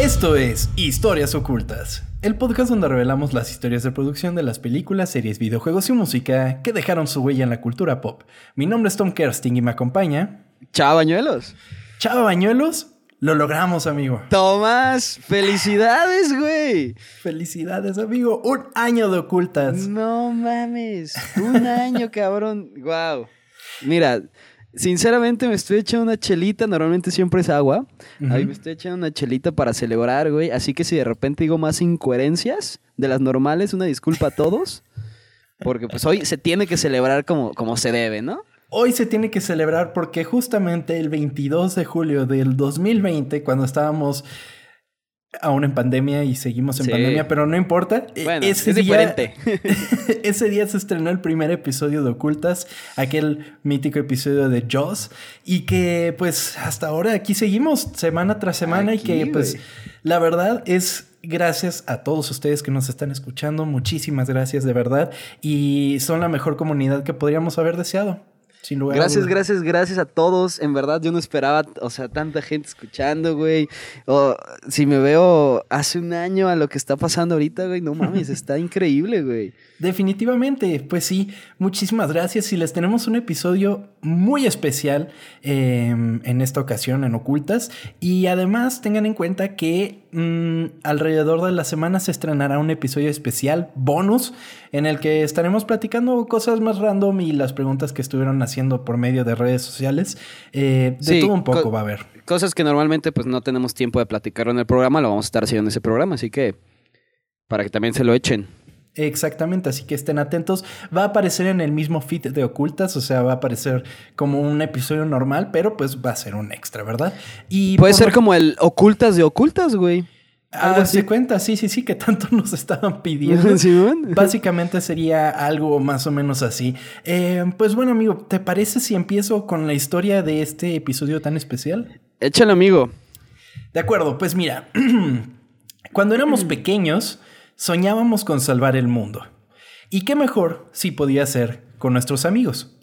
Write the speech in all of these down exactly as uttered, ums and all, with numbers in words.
Esto es Historias Ocultas, el podcast donde revelamos las historias de producción de las películas, series, videojuegos y música que dejaron su huella en la cultura pop. Mi nombre es Tom Kersting y me acompaña... Chava Bañuelos. Chava Bañuelos, lo logramos, amigo. Tomás, felicidades, güey. Felicidades, amigo. Un año de Ocultas. No mames, un año, cabrón. Wow. Mira... Sinceramente me estoy echando una chelita, normalmente siempre es agua. Uh-huh. Ahí me estoy echando una chelita para celebrar, güey. Así que si de repente digo más incoherencias de las normales, una disculpa a todos. Porque pues hoy se tiene que celebrar como, como se debe, ¿no? Hoy se tiene que celebrar porque justamente el veintidós de julio del dos mil veinte, cuando estábamos... aún en pandemia y seguimos en sí. pandemia, pero no importa. Bueno, ese es día, diferente. Ese día se estrenó el primer episodio de Ocultas, aquel mítico episodio de Jaws, y que pues hasta ahora aquí seguimos semana tras semana aquí, y que pues wey. La verdad es gracias a todos ustedes que nos están escuchando. Muchísimas gracias de verdad y son la mejor comunidad que podríamos haber deseado. Sin lugar gracias, a gracias, gracias a todos. En verdad, yo no esperaba, o sea, tanta gente escuchando, güey. O si me veo hace un año a lo que está pasando ahorita, güey, no mames, está increíble, güey. Definitivamente, pues sí, muchísimas gracias. Y les tenemos un episodio muy especial eh, en esta ocasión en Ocultas. Y además tengan en cuenta que mmm, alrededor de la semana se estrenará un episodio especial, bonus, en el que estaremos platicando cosas más random y las preguntas que estuvieron haciendo por medio de redes sociales. Eh, de sí, todo un poco co- va a haber. Cosas que normalmente pues no tenemos tiempo de platicar en el programa, lo vamos a estar haciendo en ese programa, así que para que también se lo echen. Exactamente, así que estén atentos. Va a aparecer en el mismo feed de Ocultas, o sea, va a aparecer como un episodio normal, pero pues va a ser un extra, ¿verdad? Y puede ser lo... como el Ocultas de Ocultas, güey. Ah, se cuenta, sí, sí, sí, que tanto nos estaban pidiendo. ¿Sí, man? Básicamente sería algo más o menos así. Eh, pues bueno, amigo, ¿te parece si empiezo con la historia de este episodio tan especial? Échale, amigo. De acuerdo, pues mira, cuando éramos pequeños... soñábamos con salvar el mundo. ¿Y qué mejor si podía ser con nuestros amigos?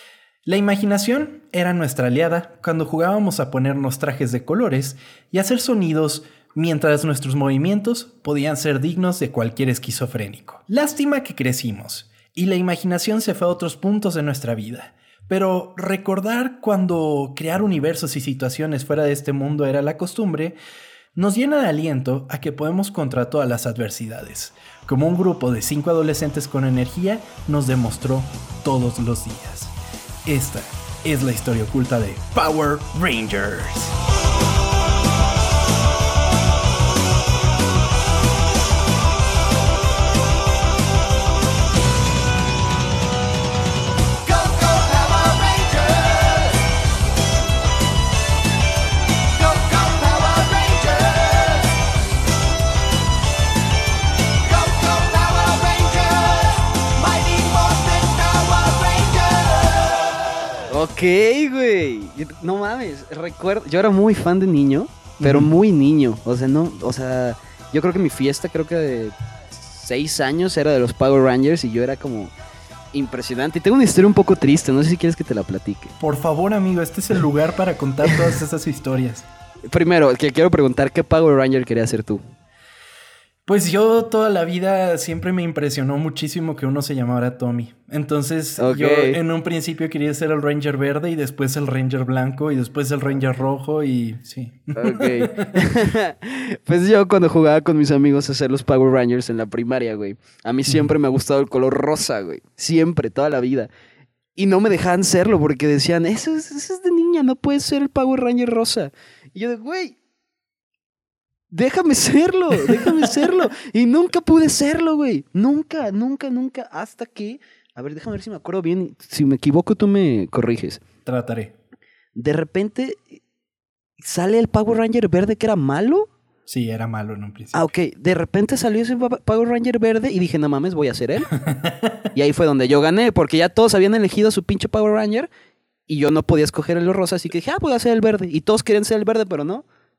La imaginación era nuestra aliada cuando jugábamos a ponernos trajes de colores y hacer sonidos mientras nuestros movimientos podían ser dignos de cualquier esquizofrénico. Lástima que crecimos y la imaginación se fue a otros puntos de nuestra vida. Pero recordar cuando crear universos y situaciones fuera de este mundo era la costumbre... nos llena de aliento a que podemos contra todas las adversidades, como un grupo de cinco adolescentes con energía nos demostró todos los días. Esta es la historia oculta de Power Rangers. Ok, güey. No mames. Recuerdo. Yo era muy fan de niño, pero uh-huh. muy niño. O sea, no. O sea, yo creo que mi fiesta, creo que de seis años era de los Power Rangers y yo era como impresionante. Y tengo una historia un poco triste. No sé si quieres que te la platique. Por favor, amigo. Este es el lugar para contar todas esas historias. Primero, que quiero preguntar, ¿qué Power Ranger querías ser tú? Pues yo toda la vida siempre me impresionó muchísimo que uno se llamara Tommy. Entonces okay. yo en un principio quería ser el Ranger verde y después el Ranger blanco y después el Ranger rojo y sí. Ok. Pues yo cuando jugaba con mis amigos a hacer los Power Rangers en la primaria, güey. A mí siempre mm. me ha gustado el color rosa, güey. Siempre, toda la vida. Y no me dejaban serlo porque decían, eso es, eso es de niña, no puedes ser el Power Ranger rosa. Y yo de, güey. Déjame serlo, déjame serlo. Y nunca pude serlo, güey. Nunca, nunca, nunca. Hasta que... A ver, déjame ver si me acuerdo bien. Si me equivoco, tú me corriges. Trataré. De repente sale el Power Ranger verde que era malo. Sí, era malo en un principio. Ah, ok. De repente salió ese Power Ranger verde y dije, no mames, voy a ser él. Y ahí fue donde yo gané, porque ya todos habían elegido a su pinche Power Ranger y yo no podía escoger el rosa, así que dije, ah, voy a ser el verde. Y todos querían ser el verde, pero no.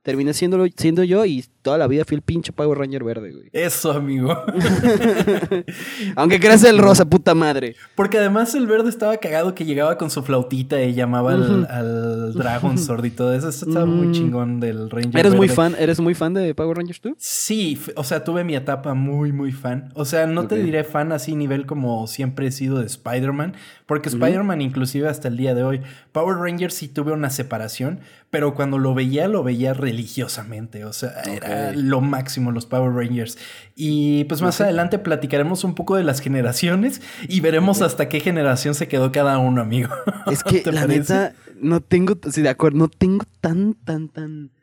terminé siendo, siendo yo y toda la vida fui el pinche Power Ranger verde, güey. Eso, amigo. Aunque creas el rosa, puta madre. Porque además el verde estaba cagado que llegaba con su flautita y llamaba al, al Dragon Sword y todo eso. Eso estaba muy chingón del Ranger ¿Eres verde. muy fan? ¿Eres muy fan de Power Rangers tú? Sí, o sea, tuve mi etapa muy, muy fan. O sea, no okay. te diré fan así nivel como siempre he sido de Spider-Man, porque uh-huh. Spider-Man inclusive hasta el día de hoy. Power Rangers sí tuve una separación, pero cuando lo veía, lo veía religiosamente. O sea, okay. era lo máximo los Power Rangers. Y pues más okay. adelante platicaremos un poco de las generaciones y veremos okay. hasta qué generación se quedó cada uno, amigo. Es que la parece? neta, no tengo, sí, de acuerdo, no tengo tan, tan, tan...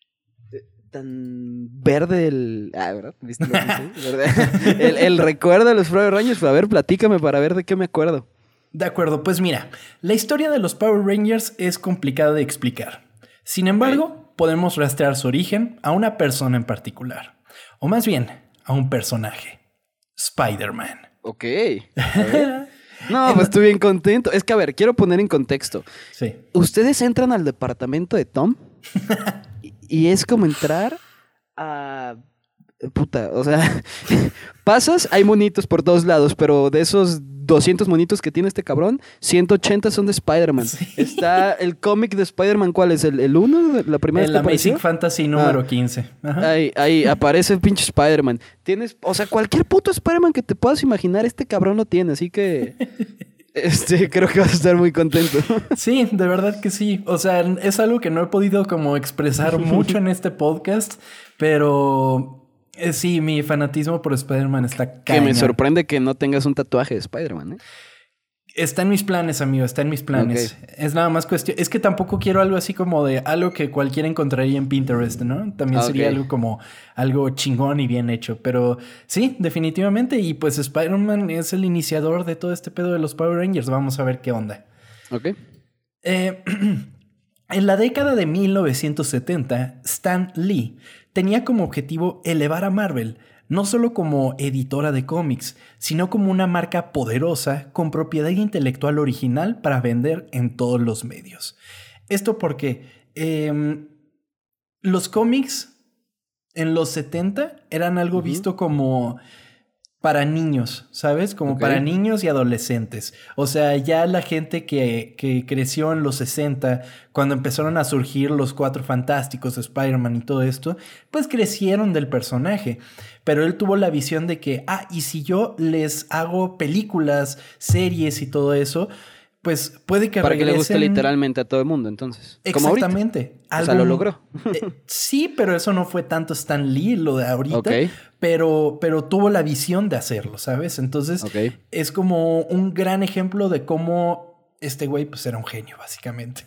tan verde el... Ah, ¿verdad? ¿Viste lo que hice? ¿Verdad? el, el recuerdo de los Power Rangers. A ver, platícame para ver de qué me acuerdo. De acuerdo, pues mira, la historia de los Power Rangers es complicada de explicar. Sin embargo, okay. podemos rastrear su origen a una persona en particular. O más bien, a un personaje. Spider-Man. Ok. No, pues estoy bien contento. Es que, a ver, quiero poner en contexto. Sí. Ustedes entran al departamento de Tom y, y es como entrar a... Puta, o sea, pasas, hay monitos por todos lados, pero de esos doscientos monitos que tiene este cabrón, ciento ochenta son de Spider-Man. Sí. Está el cómic de Spider-Man, ¿cuál es? ¿El uno? ¿La primera el vez que Amazing apareció? Fantasy número ah, quince. Ajá. Ahí, ahí aparece el pinche Spider-Man. Tienes, o sea, cualquier puto Spider-Man que te puedas imaginar, este cabrón lo tiene, así que... Este, creo que vas a estar muy contento. Sí, de verdad que sí. O sea, es algo que no he podido como expresar mucho en este podcast, pero... Eh, sí, mi fanatismo por Spider-Man está cañón. Que me sorprende que no tengas un tatuaje de Spider-Man, ¿eh? Está en mis planes, amigo, está en mis planes. Okay. Es nada más cuestión... Es que tampoco quiero algo así como de algo que cualquiera encontraría en Pinterest, ¿no? También okay. sería algo como algo chingón y bien hecho. Pero sí, definitivamente. Y pues Spider-Man es el iniciador de todo este pedo de los Power Rangers. Vamos a ver qué onda. Ok. Eh, en la década de mil novecientos setenta, Stan Lee tenía como objetivo elevar a Marvel, no solo como editora de cómics, sino como una marca poderosa con propiedad intelectual original para vender en todos los medios. Esto porque eh, los cómics en los setenta eran algo uh-huh. visto como... para niños, ¿sabes? Como okay. para niños y adolescentes. O sea, ya la gente que, que creció en los sesenta, cuando empezaron a surgir los Cuatro Fantásticos, Spider-Man y todo esto, pues crecieron del personaje. Pero él tuvo la visión de que, ah, y si yo les hago películas, series y todo eso... pues puede que para regresen... que le guste literalmente a todo el mundo, entonces. Exactamente. Como o sea, lo logró. eh, sí, pero eso no fue tanto Stan Lee, lo de ahorita. Okay. Pero, pero tuvo la visión de hacerlo, ¿sabes? Entonces, okay. es como un gran ejemplo de cómo este güey pues era un genio, básicamente.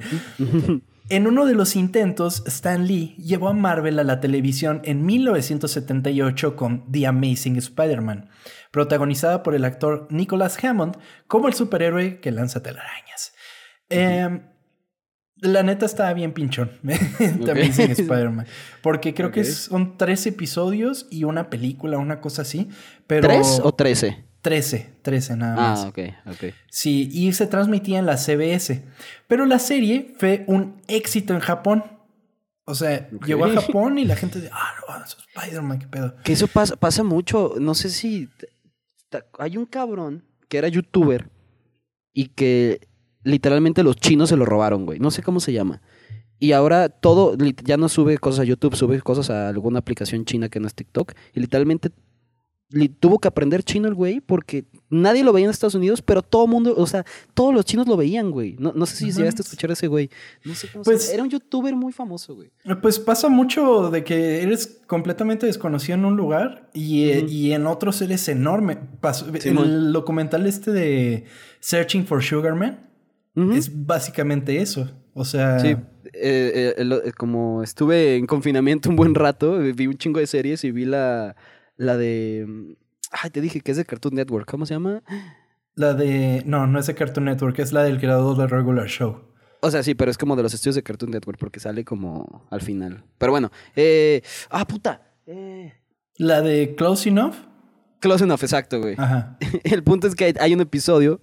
En uno de los intentos, Stan Lee llevó a Marvel a la televisión en mil novecientos setenta y ocho con The Amazing Spider-Man, protagonizada por el actor Nicholas Hammond como el superhéroe que lanza telarañas. Uh-huh. Eh, la neta estaba bien pinchón, The okay. Amazing Spider-Man, porque creo okay. que son tres episodios y una película, una cosa así. Pero... ¿Tres o trece? trece, trece nada más. Ah, ok, ok. Sí, y se transmitía en la C B S. Pero la serie fue un éxito en Japón. O sea, okay. llegó a Japón y la gente de, ah, no, eso es Spider-Man, qué pedo. Que eso pasa, pasa mucho, no sé si... Hay un cabrón que era youtuber y que literalmente los chinos se lo robaron, güey. No sé cómo se llama. Y ahora todo, ya no sube cosas a YouTube, sube cosas a alguna aplicación china que no es TikTok. Y literalmente... tuvo que aprender chino el güey porque nadie lo veía en Estados Unidos, pero todo el mundo, o sea, todos los chinos lo veían, güey. No, no sé si uh-huh. llegaste a escuchar a ese güey. No sé cómo pues, se llama. Era un youtuber muy famoso, güey. Pues pasa mucho de que eres completamente desconocido en un lugar y, uh-huh. y en otros eres enorme. Pasó, sí, el man. documental este de Searching for Sugar Man uh-huh. es básicamente eso. O sea... Sí, eh, eh, eh, como estuve en confinamiento un buen rato, vi un chingo de series y vi la... La de... Ay, te dije que es de Cartoon Network. ¿Cómo se llama? La de... No, no es de Cartoon Network. Es la del creador de Regular Show. O sea, sí, pero es como de los estudios de Cartoon Network porque sale como al final. Pero bueno. Eh... ¡Ah, puta! Eh... ¿La de Close Enough? Close Enough, exacto, güey. Ajá. El punto es que hay un episodio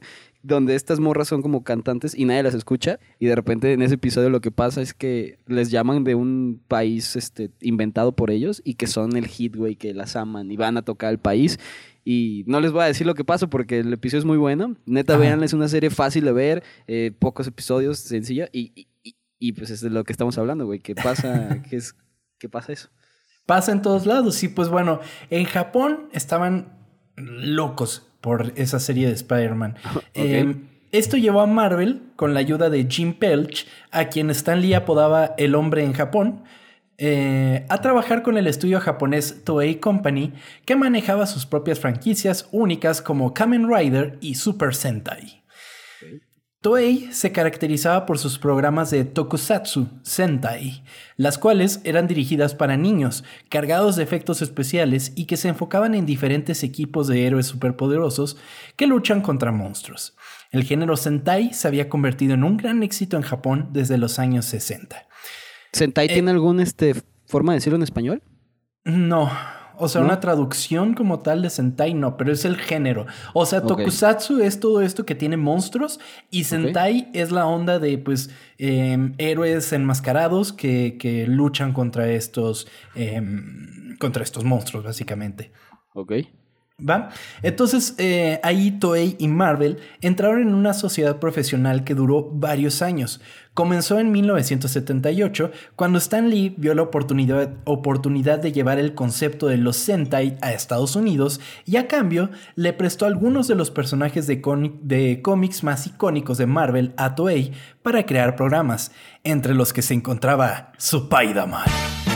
donde estas morras son como cantantes y nadie las escucha. Y de repente en ese episodio lo que pasa es que les llaman de un país este, inventado por ellos y que son el hit, güey, que las aman y van a tocar al país. Y no les voy a decir lo que pasa porque el episodio es muy bueno. Neta, véanla, es una serie fácil de ver, eh, pocos episodios, sencilla. Y, y, y pues es de lo que estamos hablando, güey. ¿Qué pasa? ¿Qué, es, ¿Qué pasa eso? Pasa en todos lados. Y pues bueno, en Japón estaban locos por esa serie de Spider-Man. Okay. Eh, esto llevó a Marvel, con la ayuda de Jim Pelch, a quien Stan Lee apodaba el hombre en Japón, eh, a trabajar con el estudio japonés Toei Company, que manejaba sus propias franquicias únicas como Kamen Rider y Super Sentai. Okay. Toei se caracterizaba por sus programas de Tokusatsu Sentai, las cuales eran dirigidas para niños, cargados de efectos especiales y que se enfocaban en diferentes equipos de héroes superpoderosos que luchan contra monstruos. El género Sentai se había convertido en un gran éxito en Japón desde los años sesenta. ¿Sentai eh, tiene alguna este, forma de decirlo en español? No. O sea, ¿no? Una traducción como tal de Sentai no, pero es el género. O sea, Tokusatsu okay. es todo esto que tiene monstruos y Sentai okay. es la onda de, pues, eh, héroes enmascarados que, que luchan contra estos, eh, contra estos monstruos, básicamente. Ok. ¿Va? Entonces, eh, ahí Toei y Marvel entraron en una sociedad profesional que duró varios años. Comenzó en mil novecientos setenta y ocho, cuando Stan Lee vio la oportunidad, oportunidad de llevar el concepto de los Sentai a Estados Unidos y a cambio le prestó algunos de los personajes de, con, de cómics más icónicos de Marvel a Toei para crear programas, entre los que se encontraba Spider-Man.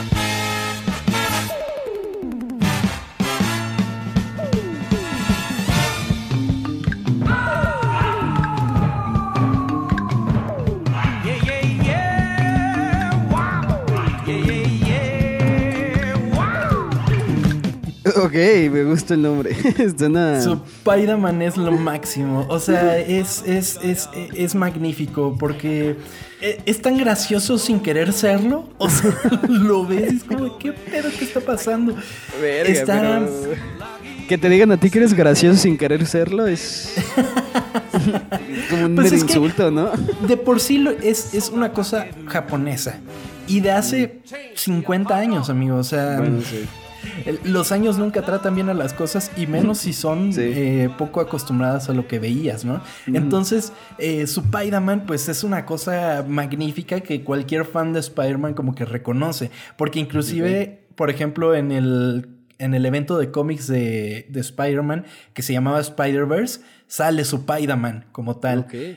Ok, me gusta el nombre. Suena... Spider-Man es lo máximo. O sea, es, es, es, es magnífico porque es tan gracioso sin querer serlo. O sea, lo ves y es como, ¿qué pedo que está pasando? Verga, está... pero... Que te digan a ti que eres gracioso sin querer serlo es... como un pues insulto, ¿no? De por sí lo, es, es una cosa japonesa. Y de hace cincuenta años, amigo. O sea... Bueno, sí. Los años nunca tratan bien a las cosas y menos si son sí. eh, poco acostumbradas a lo que veías, ¿no? Mm. Entonces, eh, Spider-Man pues es una cosa magnífica que cualquier fan de Spider-Man como que reconoce. Porque inclusive, okay. por ejemplo, en el, en el evento de cómics de, de Spider-Man que se llamaba Spider-Verse, sale Spider-Man como tal. Okay.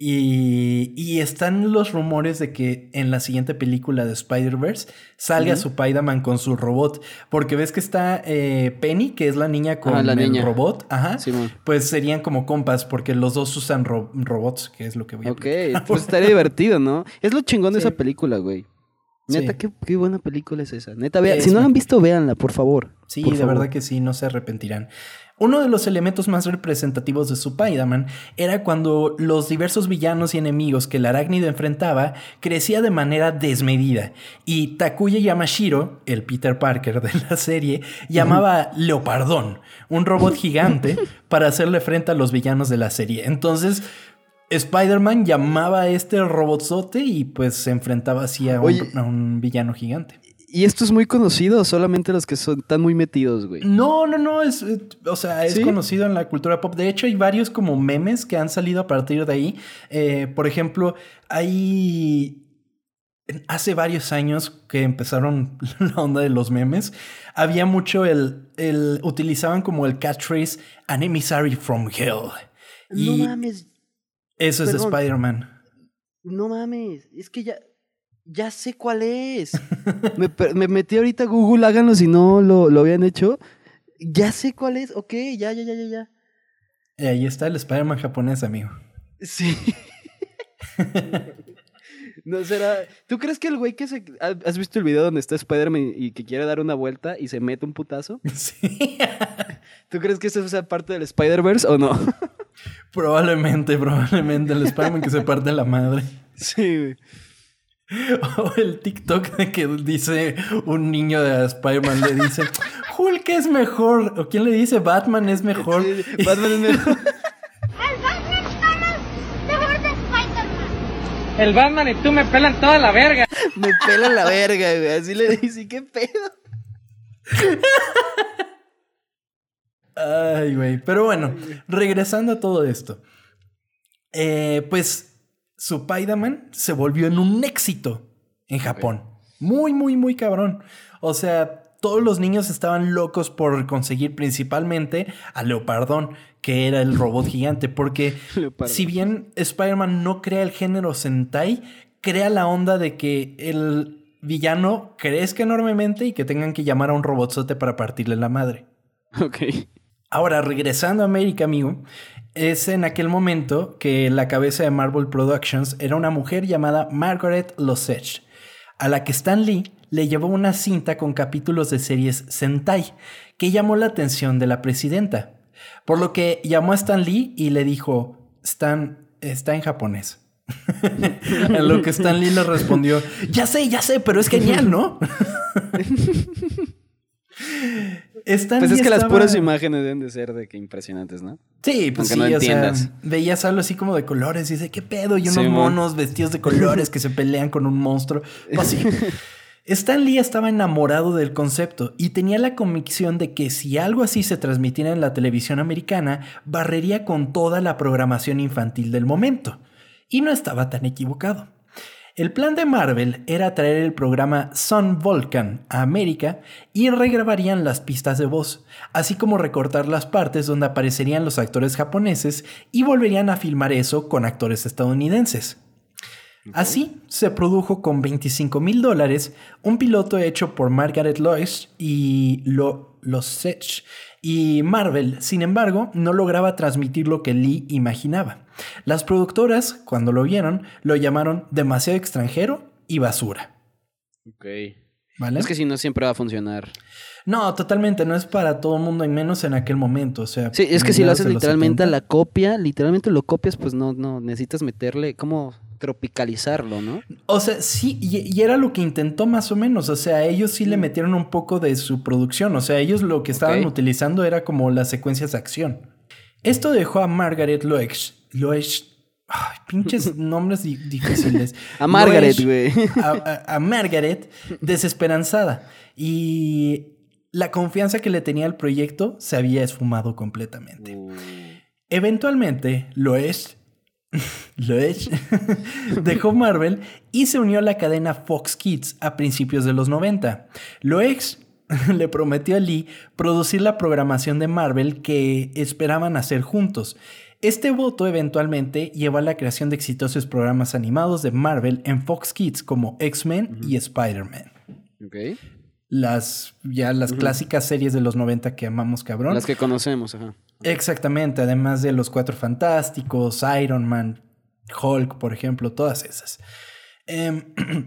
Y, y están los rumores de que en la siguiente película de Spider-Verse salga uh-huh. Spider-Man con su robot. Porque ves que está eh, Penny, que es la niña con ah, la el niña. robot. Ajá. Sí, pues serían como compas porque los dos usan ro- robots, que es lo que voy a Ok, pues estaría divertido, ¿no? Es lo chingón de sí. esa película, güey. Neta, sí. qué, qué buena película es esa. Neta, vea, es si no la han visto, véanla, por favor. Sí, por de favor. verdad que sí, no se arrepentirán. Uno de los elementos más representativos de Spider-Man era cuando los diversos villanos y enemigos que el arácnido enfrentaba crecía de manera desmedida y Takuya Yamashiro, el Peter Parker de la serie, llamaba a Leopardón, un robot gigante, para hacerle frente a los villanos de la serie. Entonces, Spider-Man llamaba a este robotzote y pues se enfrentaba así a un, Oye, a un villano gigante. ¿Y esto es muy conocido o solamente los que son tan muy metidos, güey? No, no, no, es, o sea, es ¿Sí? conocido en la cultura pop. De hecho, hay varios como memes que han salido a partir de ahí. Eh, por ejemplo, hay... Hace varios años que empezaron la onda de los memes, había mucho el... el utilizaban como el catchphrase An emissary from hell. Y no mames. Eso Perdón. es de Spider-Man. No mames, es que ya... Ya sé cuál es. me, me metí ahorita a Google, háganlo si no lo, lo habían hecho. Ya sé cuál es. Ok, ya, ya, ya, ya, ya. Y ahí está el Spider-Man japonés, amigo. Sí. No será... ¿Tú crees que el güey que se... ¿Has visto el video donde está Spider-Man y que quiere dar una vuelta y se mete un putazo? Sí. ¿Tú crees que eso sea parte del Spider-Verse o no? Probablemente, probablemente. El Spider-Man que se parte la madre. Sí, güey. O el TikTok de que dice un niño de Spider-Man le dice Hulk es mejor. ¿O quién le dice? Batman es mejor. Sí, Batman es mejor. ¡El Batman está el Batman y tú me pelan toda la verga. Me pelan la verga, güey. Así le dice, ¿qué pedo? Ay, güey. Pero bueno, regresando a todo esto. Eh, pues su Spider-Man se volvió en un éxito en Japón. Okay. Muy, muy, muy cabrón. O sea, todos los niños estaban locos por conseguir principalmente a Leopardón, que era el robot gigante. Porque si bien Spider-Man no crea el género Sentai, crea la onda de que el villano crezca enormemente y que tengan que llamar a un robotzote para partirle la madre. Ok. Ahora, regresando a América, amigo, es en aquel momento que la cabeza de Marvel Productions era una mujer llamada Margaret Losech, a la que Stan Lee le llevó una cinta con capítulos de series Sentai que llamó la atención de la presidenta, por lo que llamó a Stan Lee y le dijo, Stan, está en japonés. A lo que Stan Lee le respondió, ya sé, ya sé, pero es genial, ¿no? Stan pues Lee es que estaba... las puras imágenes deben de ser de que impresionantes, ¿no? Sí, pues aunque sí, no o entiendas. Sea, veías algo así como de colores y dices, ¿qué pedo? Y unos sí, monos vestidos de colores que se pelean con un monstruo. Así. Stan Lee estaba enamorado del concepto y tenía la convicción de que si algo así se transmitiera en la televisión americana, barrería con toda la programación infantil del momento. Y no estaba tan equivocado. El plan de Marvel era traer el programa Sun Volcan a América y regrabarían las pistas de voz, así como recortar las partes donde aparecerían los actores japoneses y volverían a filmar eso con actores estadounidenses. Así se produjo con veinticinco mil dólares un piloto hecho por Margaret Lois y Lo, Losech y Marvel, sin embargo, no lograba transmitir lo que Lee imaginaba. Las productoras, cuando lo vieron, lo llamaron demasiado extranjero y basura. Ok. ¿Vale? Es que si no siempre va a funcionar. No, totalmente, no es para todo el mundo, y menos en aquel momento, o sea... Sí, es que si lo haces literalmente a la copia, literalmente lo copias, pues no, no, necesitas meterle, como tropicalizarlo, ¿no? O sea, sí, y, y era lo que intentó más o menos, o sea, ellos sí le metieron un poco de su producción, o sea, ellos lo que estaban okay. utilizando era como las secuencias de acción. Esto dejó a Margaret Loesch, Loesch, ay, pinches nombres di- difíciles. A Margaret, güey. A, a, a Margaret desesperanzada, y la confianza que le tenía al proyecto se había esfumado completamente. Uh. Eventualmente, Loesch Loesch dejó Marvel y se unió a la cadena Fox Kids a principios de los noventa. Loesch le prometió a Lee producir la programación de Marvel que esperaban hacer juntos. Este voto eventualmente llevó a la creación de exitosos programas animados de Marvel en Fox Kids como X-Men uh-huh. y Spider-Man. Okay. Las, ya las uh-huh. clásicas series de los noventa que amamos, cabrón. Las que conocemos, ajá. Exactamente, además de los Cuatro Fantásticos, Iron Man, Hulk, por ejemplo, todas esas. Eh,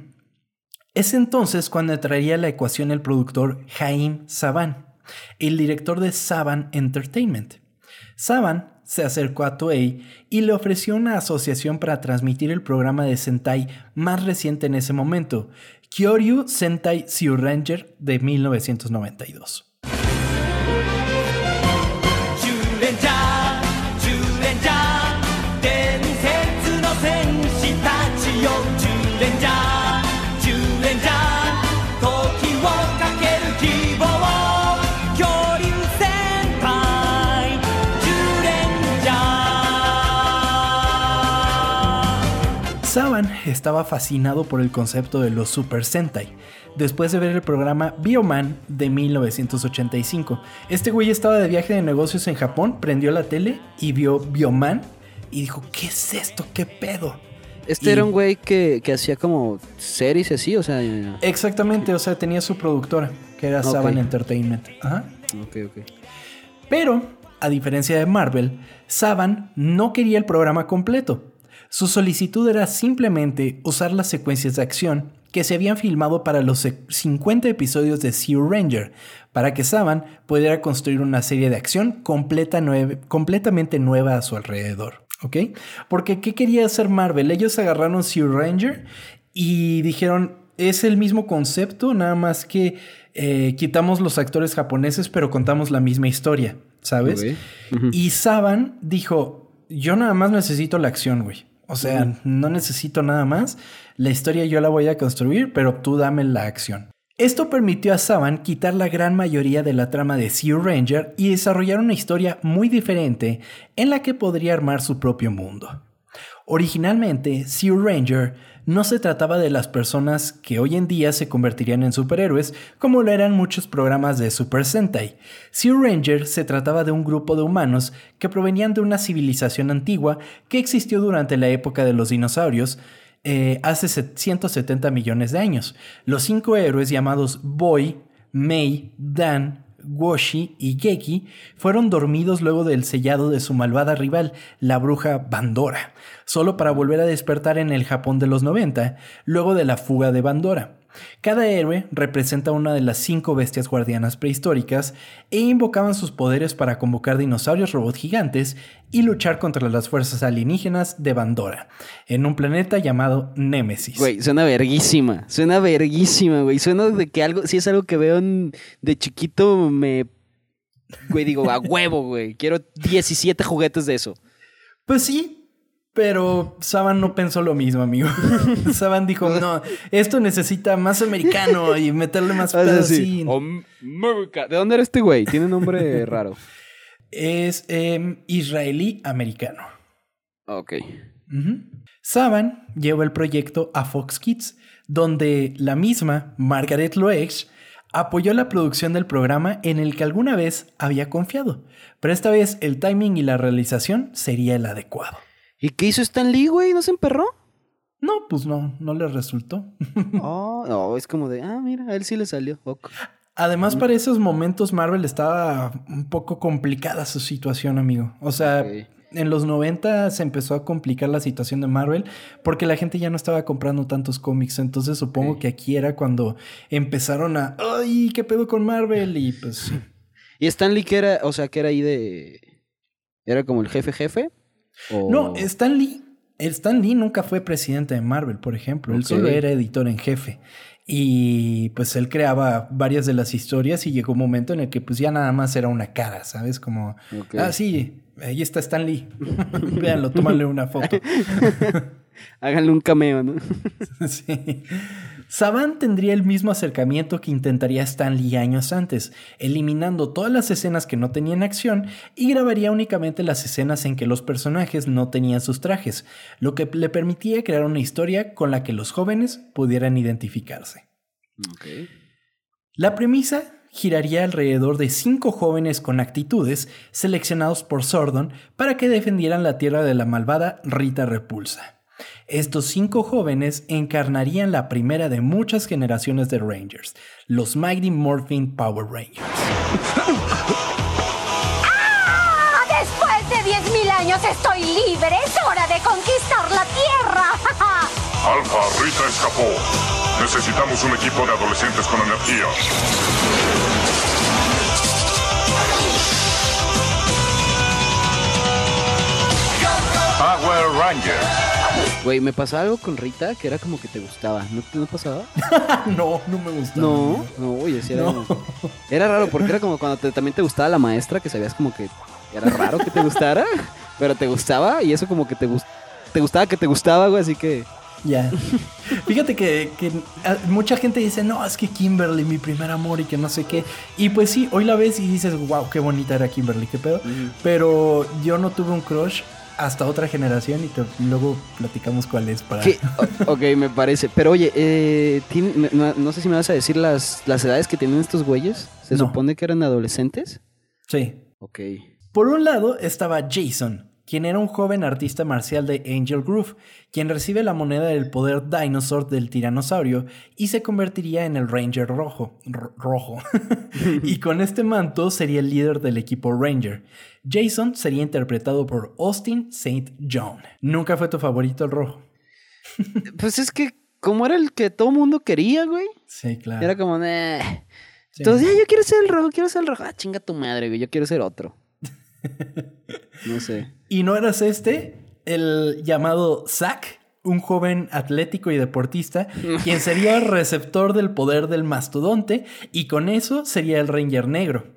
es entonces cuando entraría a la ecuación el productor Haim Saban, el director de Saban Entertainment. Saban se acercó a Toei y le ofreció una asociación para transmitir el programa de Sentai más reciente en ese momento, Kyoryu Sentai Zyuranger de mil novecientos noventa y dos. Saban estaba fascinado por el concepto de los Super Sentai, después de ver el programa Bioman de mil novecientos ochenta y cinco. Este güey estaba de viaje de negocios en Japón, prendió la tele y vio Bioman y dijo, ¿qué es esto? ¿Qué pedo? Este y... era un güey que, que hacía como series así, o sea... Exactamente, o sea, tenía su productora, que era okay. Saban Entertainment. Ajá. Ok, ok. Pero, a diferencia de Marvel, Saban no quería el programa completo. Su solicitud era simplemente usar las secuencias de acción que se habían filmado para los cincuenta episodios de Zyuranger, para que Saban pudiera construir una serie de acción completa nueve, completamente nueva a su alrededor. ¿Ok? Porque ¿qué quería hacer Marvel? Ellos agarraron Zyuranger y dijeron, es el mismo concepto, nada más que eh, quitamos los actores japoneses, pero contamos la misma historia, ¿sabes? Okay. Uh-huh. Y Saban dijo, yo nada más necesito la acción, güey. O sea, uh-huh. no necesito nada más. La historia yo la voy a construir, pero tú dame la acción. Esto permitió a Saban quitar la gran mayoría de la trama de Zeo Ranger y desarrollar una historia muy diferente en la que podría armar su propio mundo. Originalmente, Zeo Ranger no se trataba de las personas que hoy en día se convertirían en superhéroes como lo eran muchos programas de Super Sentai. Zeo Ranger se trataba de un grupo de humanos que provenían de una civilización antigua que existió durante la época de los dinosaurios, eh, hace ciento setenta millones de años. Los cinco héroes llamados Boy, Mei, Dan, Woshi y Geki fueron dormidos luego del sellado de su malvada rival, la bruja Bandora, solo para volver a despertar en el Japón de los noventa, luego de la fuga de Bandora. Cada héroe representa una de las cinco bestias guardianas prehistóricas e invocaban sus poderes para convocar dinosaurios robot gigantes y luchar contra las fuerzas alienígenas de Bandora, en un planeta llamado Némesis. Güey, suena verguísima, suena verguísima, güey. Suena de que algo, si es algo que veo en, de chiquito, me... Güey, digo, a huevo, güey. Quiero diecisiete juguetes de eso. Pues sí. Pero Saban no pensó lo mismo, amigo. Saban dijo, no, esto necesita más americano y meterle más pedacín. America. ¿De dónde era este güey? Tiene un nombre raro. Es eh, israelí-americano. Ok. Uh-huh. Saban llevó el proyecto a Fox Kids, donde la misma Margaret Loesch apoyó la producción del programa en el que alguna vez había confiado. Pero esta vez el timing y la realización sería el adecuado. ¿Y qué hizo Stan Lee, güey? ¿No se emperró? No, pues no, no le resultó. Oh, no, es como de, ah, mira, a él sí le salió. Okay. Además, para esos momentos Marvel estaba un poco complicada su situación, amigo. O sea, okay. En los noventa se empezó a complicar la situación de Marvel porque la gente ya no estaba comprando tantos cómics. Entonces supongo okay. que aquí era cuando empezaron a, ¡ay, qué pedo con Marvel! Y pues sí. ¿Y Stan Lee que era, o sea, que era ahí de... ¿Era como el jefe jefe? ¿O... No, Stan Lee, Stan Lee nunca fue presidente de Marvel, por ejemplo. Okay. Él solo era editor en jefe. Y pues él creaba varias de las historias y llegó un momento en el que pues ya nada más era una cara, ¿sabes? Como, okay. ah, sí, ahí está Stan Lee. Véanlo, tómale una foto. Háganle un cameo, ¿no? Sí. Saban tendría el mismo acercamiento que intentaría Stan Lee años antes, eliminando todas las escenas que no tenían acción y grabaría únicamente las escenas en que los personajes no tenían sus trajes, lo que le permitía crear una historia con la que los jóvenes pudieran identificarse. Okay. La premisa giraría alrededor de cinco jóvenes con actitudes seleccionados por Zordon para que defendieran la tierra de la malvada Rita Repulsa. Estos cinco jóvenes encarnarían la primera de muchas generaciones de Rangers, los Mighty Morphin Power Rangers. ¡Ah! Después de diez mil años estoy libre. Es hora de conquistar la Tierra. Alpha, Rita escapó. Necesitamos un equipo de adolescentes con energía. Power Rangers. Güey, me pasó algo con Rita que era como que te gustaba. ¿No te no pasaba? No, no me gustaba. No, no, oye, sí era, no. Como... era raro porque era como cuando te, también te gustaba la maestra, que sabías como que era raro que te gustara, pero te gustaba y eso como que te, gust... te gustaba que te gustaba, güey, así que... Ya. Fíjate que, que mucha gente dice, no, es que Kimberly, mi primer amor y que no sé qué. Y pues sí, hoy la ves y dices, wow, qué bonita era Kimberly, qué pedo. Mm. Pero yo no tuve un crush hasta otra generación y te, luego platicamos cuál es para... O, ok, me parece. Pero oye, eh, ¿tiene, no, no sé si me vas a decir las, las edades que tienen estos güeyes. ¿Se no. supone que eran adolescentes? Sí. Ok. Por un lado estaba Jason, quien era un joven artista marcial de Angel Groove, quien recibe la moneda del poder Dinosaur del tiranosaurio y se convertiría en el Ranger rojo. R- rojo. Y con este manto sería el líder del equipo Ranger. Jason sería interpretado por Austin Saint John. ¿Nunca fue tu favorito el rojo? Pues es que como era el que todo mundo quería, güey. Sí, claro. Era como, eh. Sí. Entonces, ya, yo quiero ser el rojo, quiero ser el rojo. Ah, chinga tu madre, güey, yo quiero ser otro. No sé. ¿Y no eras este? El llamado Zack, un joven atlético y deportista, quien sería el receptor del poder del mastodonte y con eso sería el Ranger negro.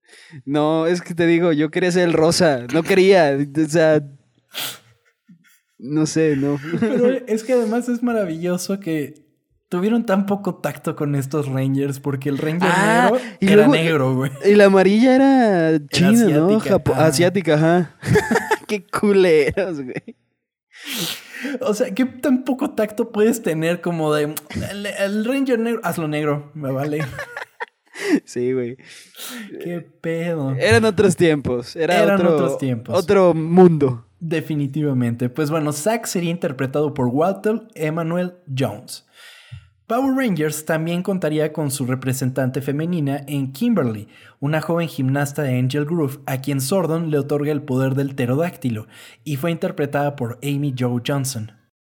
No, es que te digo, yo quería ser el rosa, no quería, o sea... No sé, no. Pero es que además es maravilloso que tuvieron tan poco tacto con estos Rangers porque el Ranger Ah, negro y era luego- negro, güey. Y la amarilla era china, ¿no? asiática, Japo- ajá. Asiática, ajá. Qué culeros, güey. O sea, ¿qué tan poco tacto puedes tener como de el, el Ranger negro? Hazlo negro, me vale. Sí, güey. ¿Qué pedo? Eran otros tiempos. Era Eran otro, otros tiempos. Otro mundo. Definitivamente. Pues bueno, Zack sería interpretado por Walter Emmanuel Jones. Power Rangers también contaría con su representante femenina en Kimberly, una joven gimnasta de Angel Grove a quien Zordon le otorga el poder del pterodáctilo, y fue interpretada por Amy Jo Johnson.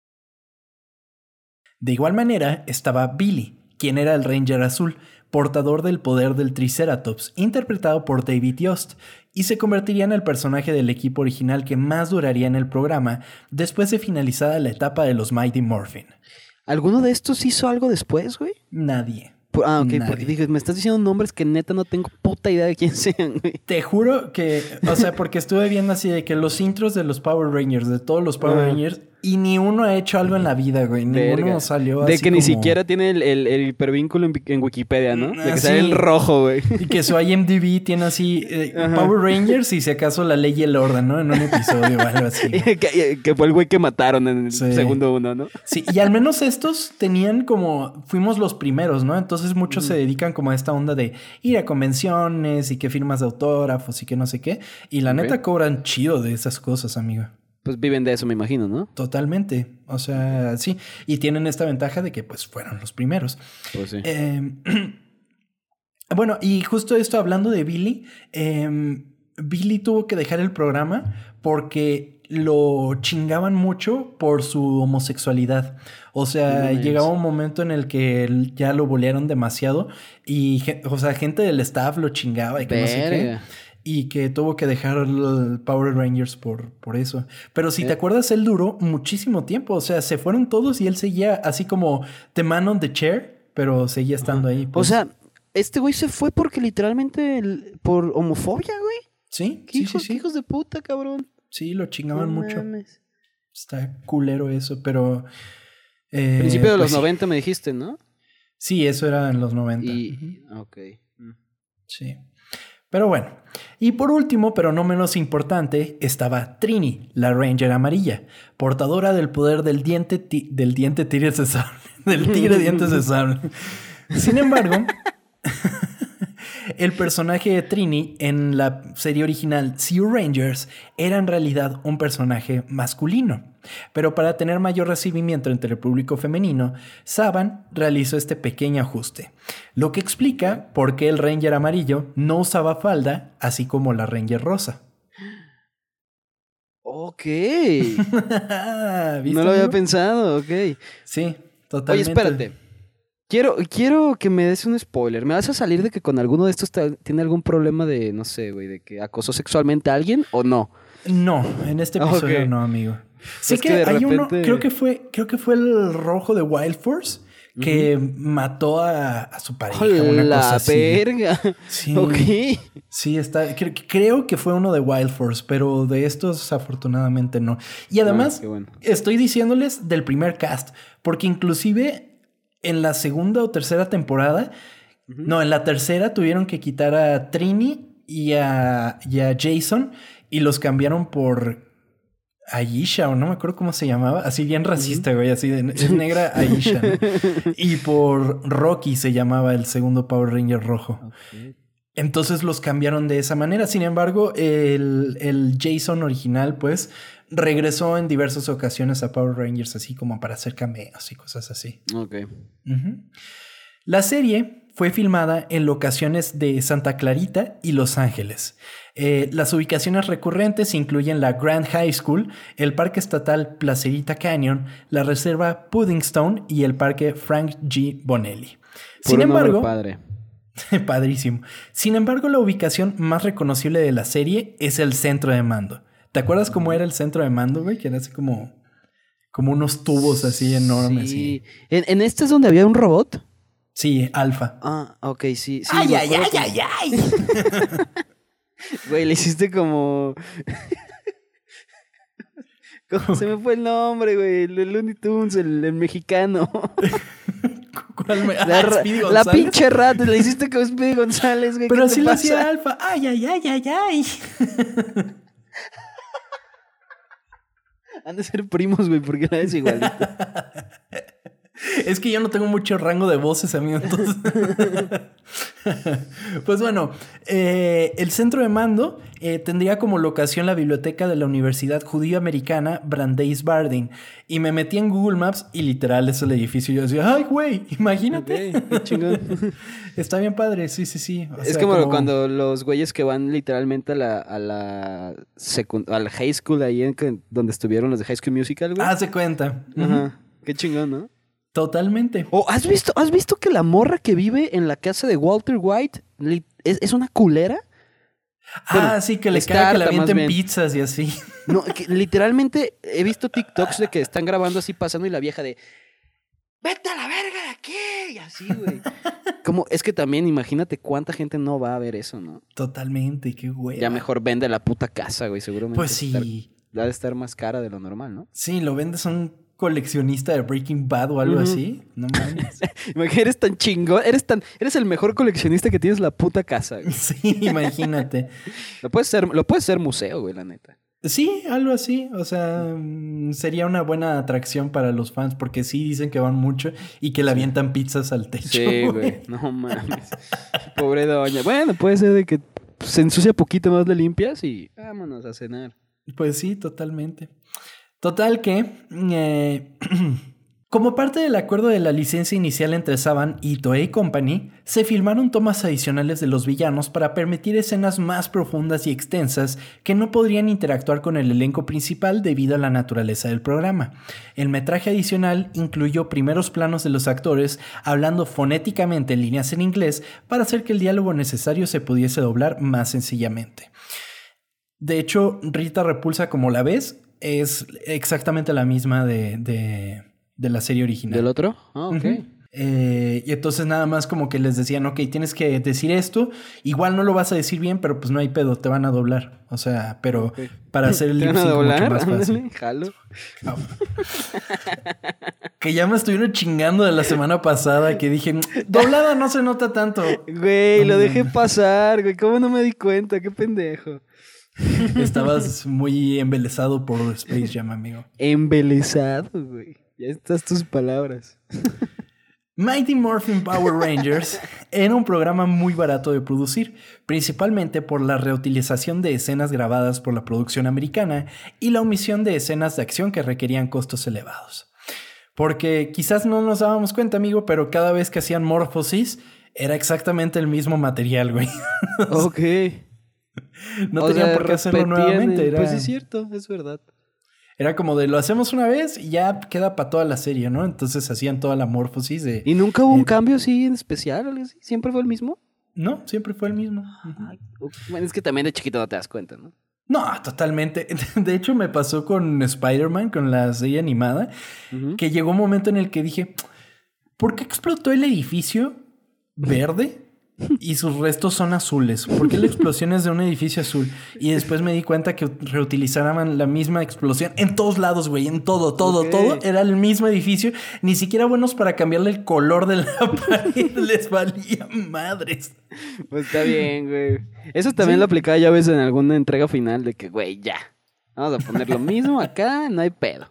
De igual manera estaba Billy, quien era el Ranger Azul, portador del poder del Triceratops, interpretado por David Yost, y se convertiría en el personaje del equipo original que más duraría en el programa después de finalizada la etapa de los Mighty Morphin. ¿Alguno de estos hizo algo después, güey? Nadie. Por- Ah, ok, Nadie. porque dije, me estás diciendo nombres que neta no tengo puta idea de quién sean, güey. Te juro que, o sea, porque estuve viendo así de que los intros de los Power Rangers, de todos los Power Ajá. Rangers, y ni uno ha hecho algo en la vida, güey. Ninguno Verga. salió De así que ni como- siquiera tiene el, el- el hipervínculo en, en Wikipedia, ¿no? De que Ah, sale sí. en rojo, güey. Y que su I M D B tiene así eh, Power Rangers y si acaso la ley y el orden, ¿no? En un episodio o algo así. que, que fue el güey que mataron en el Sí. segundo uno, ¿no? Sí, y al menos estos tenían como... Fuimos los primeros, ¿no? Entonces muchos se dedican como a esta onda de ir a convenciones y que firmas de autógrafos y que no sé qué. Y la Ok. neta cobran chido de esas cosas, amigo. Pues viven de eso, me imagino, ¿no? Totalmente. O sea, sí. Y tienen esta ventaja de que pues fueron los primeros. Pues sí. Eh, bueno, y justo esto hablando de Billy, eh, Billy tuvo que dejar el programa porque lo chingaban mucho por su homosexualidad. O sea, No llegaba manches. un momento en el que él ya lo bolearon demasiado y, ge- o sea, gente del staff lo chingaba y que no sé qué. Verga. Y que tuvo que dejar el Power Rangers por, por eso. Pero si Eh. te acuerdas, él duró muchísimo tiempo. O sea, se fueron todos y él seguía así como The Man on the Chair, pero seguía estando ahí. O pues. sea, este güey se fue porque literalmente el- por homofobia, güey. sí, ¿Qué, sí, hijos, sí, qué sí. hijos de puta, cabrón? Sí, lo chingaban No mucho. mames. Está culero eso, pero... eh, Principio de los pues sí. noventa me dijiste, ¿no? Sí, eso era en los noventa. Y... Ok. Mm. Sí. Pero bueno. Y por último, pero no menos importante, estaba Trini, la Ranger amarilla, portadora del poder del diente ti- del diente tigre de sable, del tigre dientes de sable. Sin embargo, el personaje de Trini en la serie original Zeo Rangers era en realidad un personaje masculino. Pero para tener mayor recibimiento entre el público femenino, Saban realizó este pequeño ajuste, lo que explica por qué el Ranger amarillo no usaba falda, así como la Ranger rosa. Ok. ¿Viste, No lo había amigo? pensado, ok. Sí, Oye, totalmente. espérate. Quiero, quiero que me des un spoiler. ¿Me vas a salir de que con alguno de estos ta- tiene algún problema de, no sé, güey, de que acosó sexualmente a alguien o no? No, en este episodio Ok. no, amigo. Sí Es que, que de hay uno, repente- creo que fue, creo que fue el rojo de Wild Force que mató a, a su pareja, una la cosa así. verga. Sí. Ok. Sí, está. cre- Creo que fue uno de Wild Force, pero de estos afortunadamente no. Y además, Ah, qué bueno. estoy diciéndoles del primer cast, porque inclusive en la segunda o tercera temporada, no, en la tercera tuvieron que quitar a Trini y a, y a Jason y los cambiaron por Aisha, o no me acuerdo cómo se llamaba, así bien racista, güey, así de es negra Aisha, ¿no? Y por Rocky se llamaba el segundo Power Ranger rojo. Entonces los cambiaron de esa manera. Sin embargo, el, el Jason original, pues, regresó en diversas ocasiones a Power Rangers, así como para hacer cameos y cosas así. Ok. Ujú. La serie fue filmada en locaciones de Santa Clarita y Los Ángeles. Eh, las ubicaciones recurrentes incluyen la Grand High School, el Parque Estatal Placerita Canyon, la Reserva Puddingstone y el Parque Frank G. Bonelli. Sin Puro nombre embargo, padre. padrísimo. Sin embargo, la ubicación más reconocible de la serie es el centro de mando. ¿Te acuerdas cómo era el centro de mando, güey? Que era así como, como unos tubos así enormes. Sí. y- ¿En, en este es donde había un robot? Sí, Alfa. Ah, ok, sí. sí ¡Ay, me ay, acuerdo ay, que- ay, ay! Güey, le hiciste como... ¿Cómo se me fue el nombre, güey? El, el Looney Tunes, el, el mexicano. ¿Cuál me... La, ah, ra- Speedy la González. pinche rata, le hiciste con Speedy González, güey. Pero ¿qué así te lo pasa? hacía Alfa. Ay, ay, ay, ay, ay. Han de ser primos, güey, porque la es igualito. Es que yo no tengo mucho rango de voces, amigo. Entonces... Pues bueno, eh, el centro de mando eh, tendría como locación la biblioteca de la Universidad Judía Americana Brandeis Bardin. Y me metí en Google Maps y literal es el edificio. Y yo decía, ay, güey, imagínate. Ok, qué chingón. Está bien padre, sí, sí, sí. O Es sea, como, cuando los güeyes que van literalmente a la, a la secund- al high school ahí en que- donde estuvieron los de High School Musical, güey. Hace cuenta. Ajá. Qué chingón, ¿no? Totalmente. ¿O has visto, has visto que la morra que vive en la casa de Walter White li- es, es una culera? Bueno, Ah, sí, que le está cae que le harta, más avienten bien. pizzas y así. No, que literalmente he visto TikToks de que están grabando así pasando y la vieja de ¡vete a la verga de aquí! Y así, güey. Como, es que también imagínate cuánta gente no va a ver eso, ¿no? Totalmente, qué güey. Ya mejor vende la puta casa, güey, seguramente. Pues sí. Estar- ha de estar más cara de lo normal, ¿no? Sí, lo vendes a un coleccionista de Breaking Bad o algo Ujú. así. No mames. Imagínate, eres tan chingón, eres tan, eres el mejor coleccionista que tienes la puta casa, güey. Sí, imagínate. Lo puedes ser, lo puedes ser museo, güey, la neta. Sí, algo así. O sea, mm, sería una buena atracción para los fans porque sí dicen que van mucho y que le avientan pizzas al techo. Sí, güey. No mames. Pobre doña. Bueno, puede ser de que se ensucia poquito más, le limpias y vámonos a cenar. Pues sí, totalmente. Total que, eh, como parte del acuerdo de la licencia inicial entre Saban y Toei Company, se filmaron tomas adicionales de los villanos para permitir escenas más profundas y extensas que no podrían interactuar con el elenco principal debido a la naturaleza del programa. El metraje adicional incluyó primeros planos de los actores hablando fonéticamente en líneas en inglés para hacer que el diálogo necesario se pudiese doblar más sencillamente. De hecho, Rita Repulsa, como la ves, es exactamente la misma de, de, de la serie original. ¿Del otro? Ah, ok. Ujú. Eh, y entonces nada más como que les decían, ok, tienes que decir esto, igual no lo vas a decir bien, pero pues no hay pedo, te van a doblar. O sea, pero Ok. para hacer el ¿Te lip van a sync mucho doblar? más fácil. Ándale, jalo. Que ya me estuvieron chingando de la semana pasada, que dije, doblada no se nota tanto. Güey, No lo dejé mames. pasar, güey. ¿Cómo no me di cuenta? Qué pendejo. Estabas muy embelesado por Space Jam, amigo. Embelesado, güey. Ya estás tus palabras. Mighty Morphin Power Rangers era un programa muy barato de producir, principalmente por la reutilización de escenas grabadas por la producción americana y la omisión de escenas de acción que requerían costos elevados. Porque quizás no nos dábamos cuenta, amigo, pero cada vez que hacían Morphosis era exactamente el mismo material, güey. Ok. No O tenían sea, por qué hacerlo repetían nuevamente. el- Era, Pues sí, es cierto, es verdad. era como de lo hacemos una vez y ya queda para toda la serie, ¿no? Entonces hacían toda la Morphosis de... ¿Y nunca hubo un Eh, cambio así en especial o algo así? ¿Siempre fue el mismo? No, siempre fue el mismo. Ujú. Ay, bueno, es que también de chiquito no te das cuenta, ¿no? No, totalmente. De hecho, me pasó con Spider-Man, con la serie animada, Ujú. que llegó un momento en el que dije, ¿por qué explotó el edificio verde y sus restos son azules? ¿Por qué la explosión es de un edificio azul? Y después me di cuenta que reutilizaban la misma explosión en todos lados, güey, en todo, todo, Ok. todo. Era el mismo edificio, ni siquiera buenos para cambiarle el color de la pared, les valía madres. Pues está bien, güey. Eso también Sí. lo aplicaba ya a veces en alguna entrega final de que, güey, ya. Vamos a poner lo mismo acá, no hay pedo.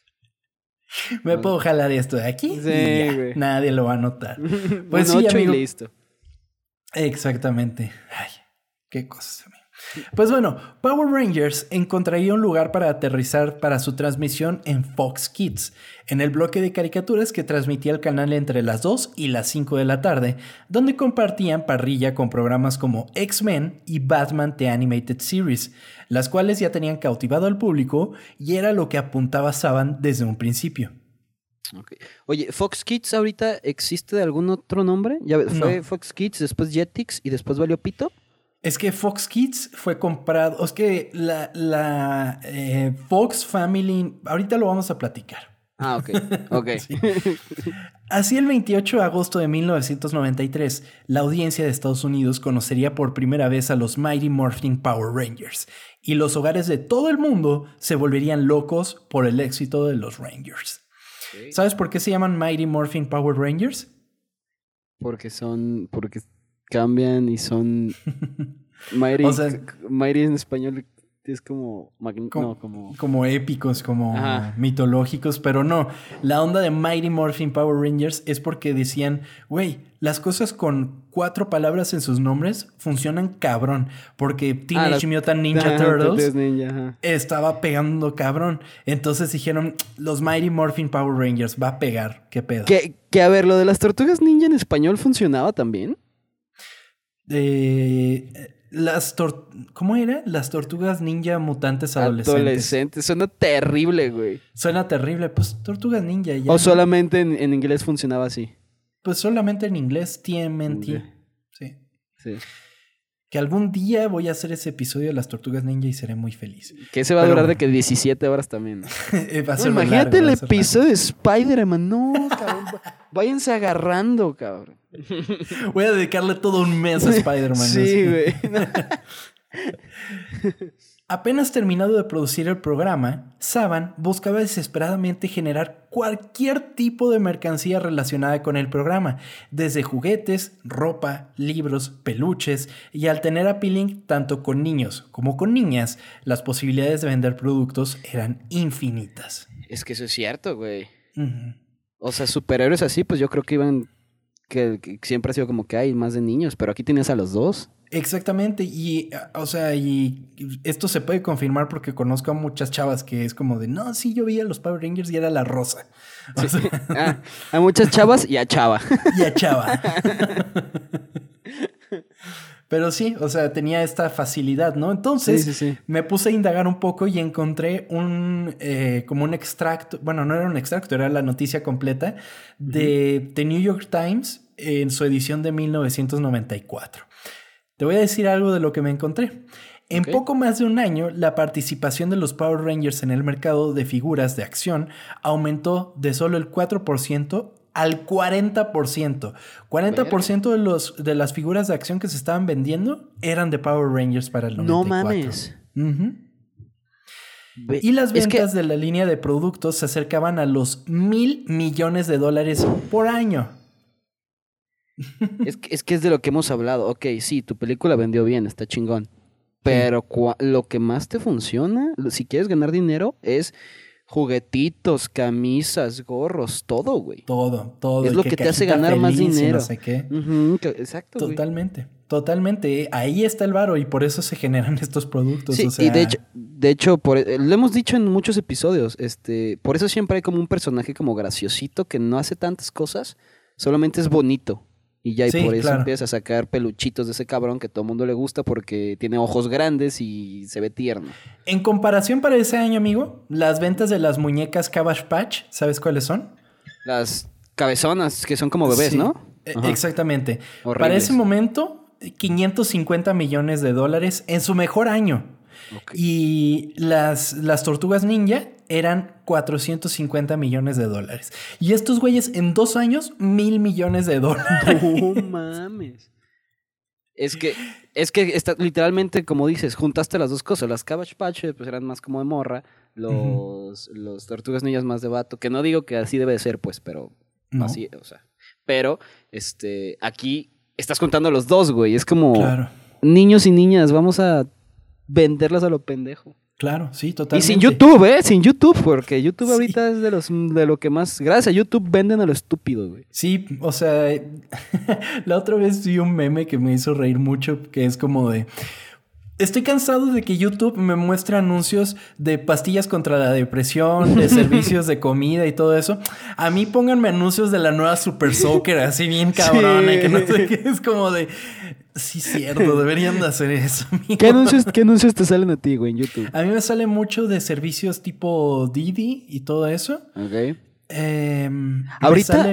Me puedo jalar esto de aquí Sí, y ya, güey. nadie lo va a notar. Pues Un sí, ocho amigo. y listo. Exactamente. Ay, qué cosas, amigo. Pues bueno, Power Rangers encontraría un lugar para aterrizar para su transmisión en Fox Kids, en el bloque de caricaturas que transmitía el canal entre las dos y las cinco de la tarde, donde compartían parrilla con programas como X-Men y Batman The Animated Series, las cuales ya tenían cautivado al público y era lo que apuntaba Saban desde un principio. Ok. Oye, ¿Fox Kids ahorita existe de algún otro nombre? Ya ves, fue No. Fox Kids, después Jetix y después valió pito. Es que Fox Kids fue comprado. Es que la, la eh, Fox Family. Ahorita lo vamos a platicar. Ah, ok. Ok. Sí. Así, el veintiocho de agosto de mil novecientos noventa y tres, la audiencia de Estados Unidos conocería por primera vez a los Mighty Morphin Power Rangers, y los hogares de todo el mundo se volverían locos por el éxito de los Rangers. Okay. ¿Sabes por qué se llaman Mighty Morphin Power Rangers? Porque son... Porque cambian y son... Mighty, O sea, Mighty en español es como... Mag- como, no, como... como épicos, como Ajá. mitológicos, pero no. La onda de Mighty Morphin Power Rangers es porque decían, güey, las cosas con cuatro palabras en sus nombres funcionan cabrón, porque Teenage Ah, las- Mutant Ninja Ajá, Turtles Tortugas Ninja, ajá. estaba pegando cabrón. Entonces dijeron, los Mighty Morphin Power Rangers va a pegar, qué pedo. Que, que a ver, lo de las tortugas ninja en español funcionaba también. Eh, las tor- ¿Cómo era? Las tortugas ninja mutantes adolescentes. Adolescentes. Suena terrible, güey. Suena terrible, pues tortugas ninja ya. O solamente en, en inglés funcionaba así. Pues solamente en inglés, T M N T. Ok. Sí. Sí. Que algún día voy a hacer ese episodio de las tortugas ninja y seré muy feliz. Que se va a Pero- durar de que diecisiete horas también. Va a No, ser muy imagínate largo, el va a ser episodio de Spider-Man. No, cabrón. Váyanse agarrando, cabrón. largo. Voy a dedicarle todo un mes a Spider-Man. Sí, así. güey. Apenas terminado de producir el programa, Saban buscaba desesperadamente generar cualquier tipo de mercancía relacionada con el programa, desde juguetes, ropa, libros, peluches, y al tener appealing tanto con niños como con niñas, las posibilidades de vender productos eran infinitas. Es que eso es cierto, güey. Ujú. O sea, superhéroes así, pues yo creo que iban... Que, que siempre ha sido como que hay más de niños, pero aquí tienes a los dos. Exactamente, y o sea, y esto se puede confirmar porque conozco a muchas chavas que es como de, no, sí, yo veía a los Power Rangers y era la rosa. O sea, Ah, a muchas chavas y a chava. y a chava. Pero sí, o sea, tenía esta facilidad, ¿no? Entonces Sí, sí, sí. me puse a indagar un poco y encontré un, eh, como un extracto, bueno, no era un extracto, era la noticia completa de The New York Times en su edición de mil novecientos noventa y cuatro. Te voy a decir algo de lo que me encontré. En Ok. poco más de un año, la participación de los Power Rangers en el mercado de figuras de acción aumentó de solo el cuatro por ciento al cuarenta por ciento. cuarenta por ciento de, los, de las figuras de acción que se estaban vendiendo eran de Power Rangers para el noventa y No cuatro. mames. Ujú. Ve- Y las es que- ventas de la línea de productos se acercaban a los mil millones de dólares por año. Es que, es que es de lo que hemos hablado. Ok, sí, tu película vendió bien, está chingón. Pero cua- lo que más te funciona, lo- si quieres ganar dinero, es juguetitos, camisas, gorros, todo, güey. Todo, todo. Es y lo que te hace cajita ganar más feliz y dinero. No sé qué. Ujú, que- exacto, güey. Totalmente, totalmente. Ahí está el varo y por eso se generan estos productos. Sí, o sea, y de hecho, de hecho por, eh, lo hemos dicho en muchos episodios, este, por eso siempre hay como un personaje como graciosito que no hace tantas cosas, solamente es bonito. Y ya, y Sí, por eso claro. empieza a sacar peluchitos de ese cabrón que todo el mundo le gusta porque tiene ojos grandes y se ve tierno. En comparación para ese año, amigo, las ventas de las muñecas Cabbage Patch, ¿sabes cuáles son? Las cabezonas que son como bebés, Sí, ¿no? eh, Ajá. Exactamente. Para Horribles. ese momento, quinientos cincuenta millones de dólares en su mejor año. Ok. Y las, las tortugas ninja eran cuatrocientos cincuenta millones de dólares. Y estos güeyes en dos años, mil millones de dólares. No mames. Es que, es que está, literalmente, como dices, juntaste las dos cosas. Las Cabbage Patch pues eran más como de morra, los, los Tortugas Ninjas más de vato. Que no digo que así debe de ser, pues, pero No. así, o sea. Pero, este, aquí estás contando los dos, güey. Es como Claro, niños y niñas, vamos a venderlas a lo pendejo. claro, sí, Y totalmente. sin YouTube, ¿eh? Sin YouTube, porque YouTube Sí. ahorita es de los de lo que más. Gracias a YouTube venden a lo estúpido, güey. Sí, o sea, la otra vez vi un meme que me hizo reír mucho, que es como de... Estoy cansado de que YouTube me muestre anuncios de pastillas contra la depresión, de servicios de comida y todo eso. A mí pónganme anuncios de la nueva Super Soaker, así bien cabrona, y que no sé qué. Es como de... Sí, cierto, deberían de hacer eso, amigo. ¿Qué anuncios, ¿Qué anuncios te salen a ti, güey, en YouTube? A mí me sale mucho de servicios tipo Didi y todo eso. Ok. Eh, me Ahorita- sale-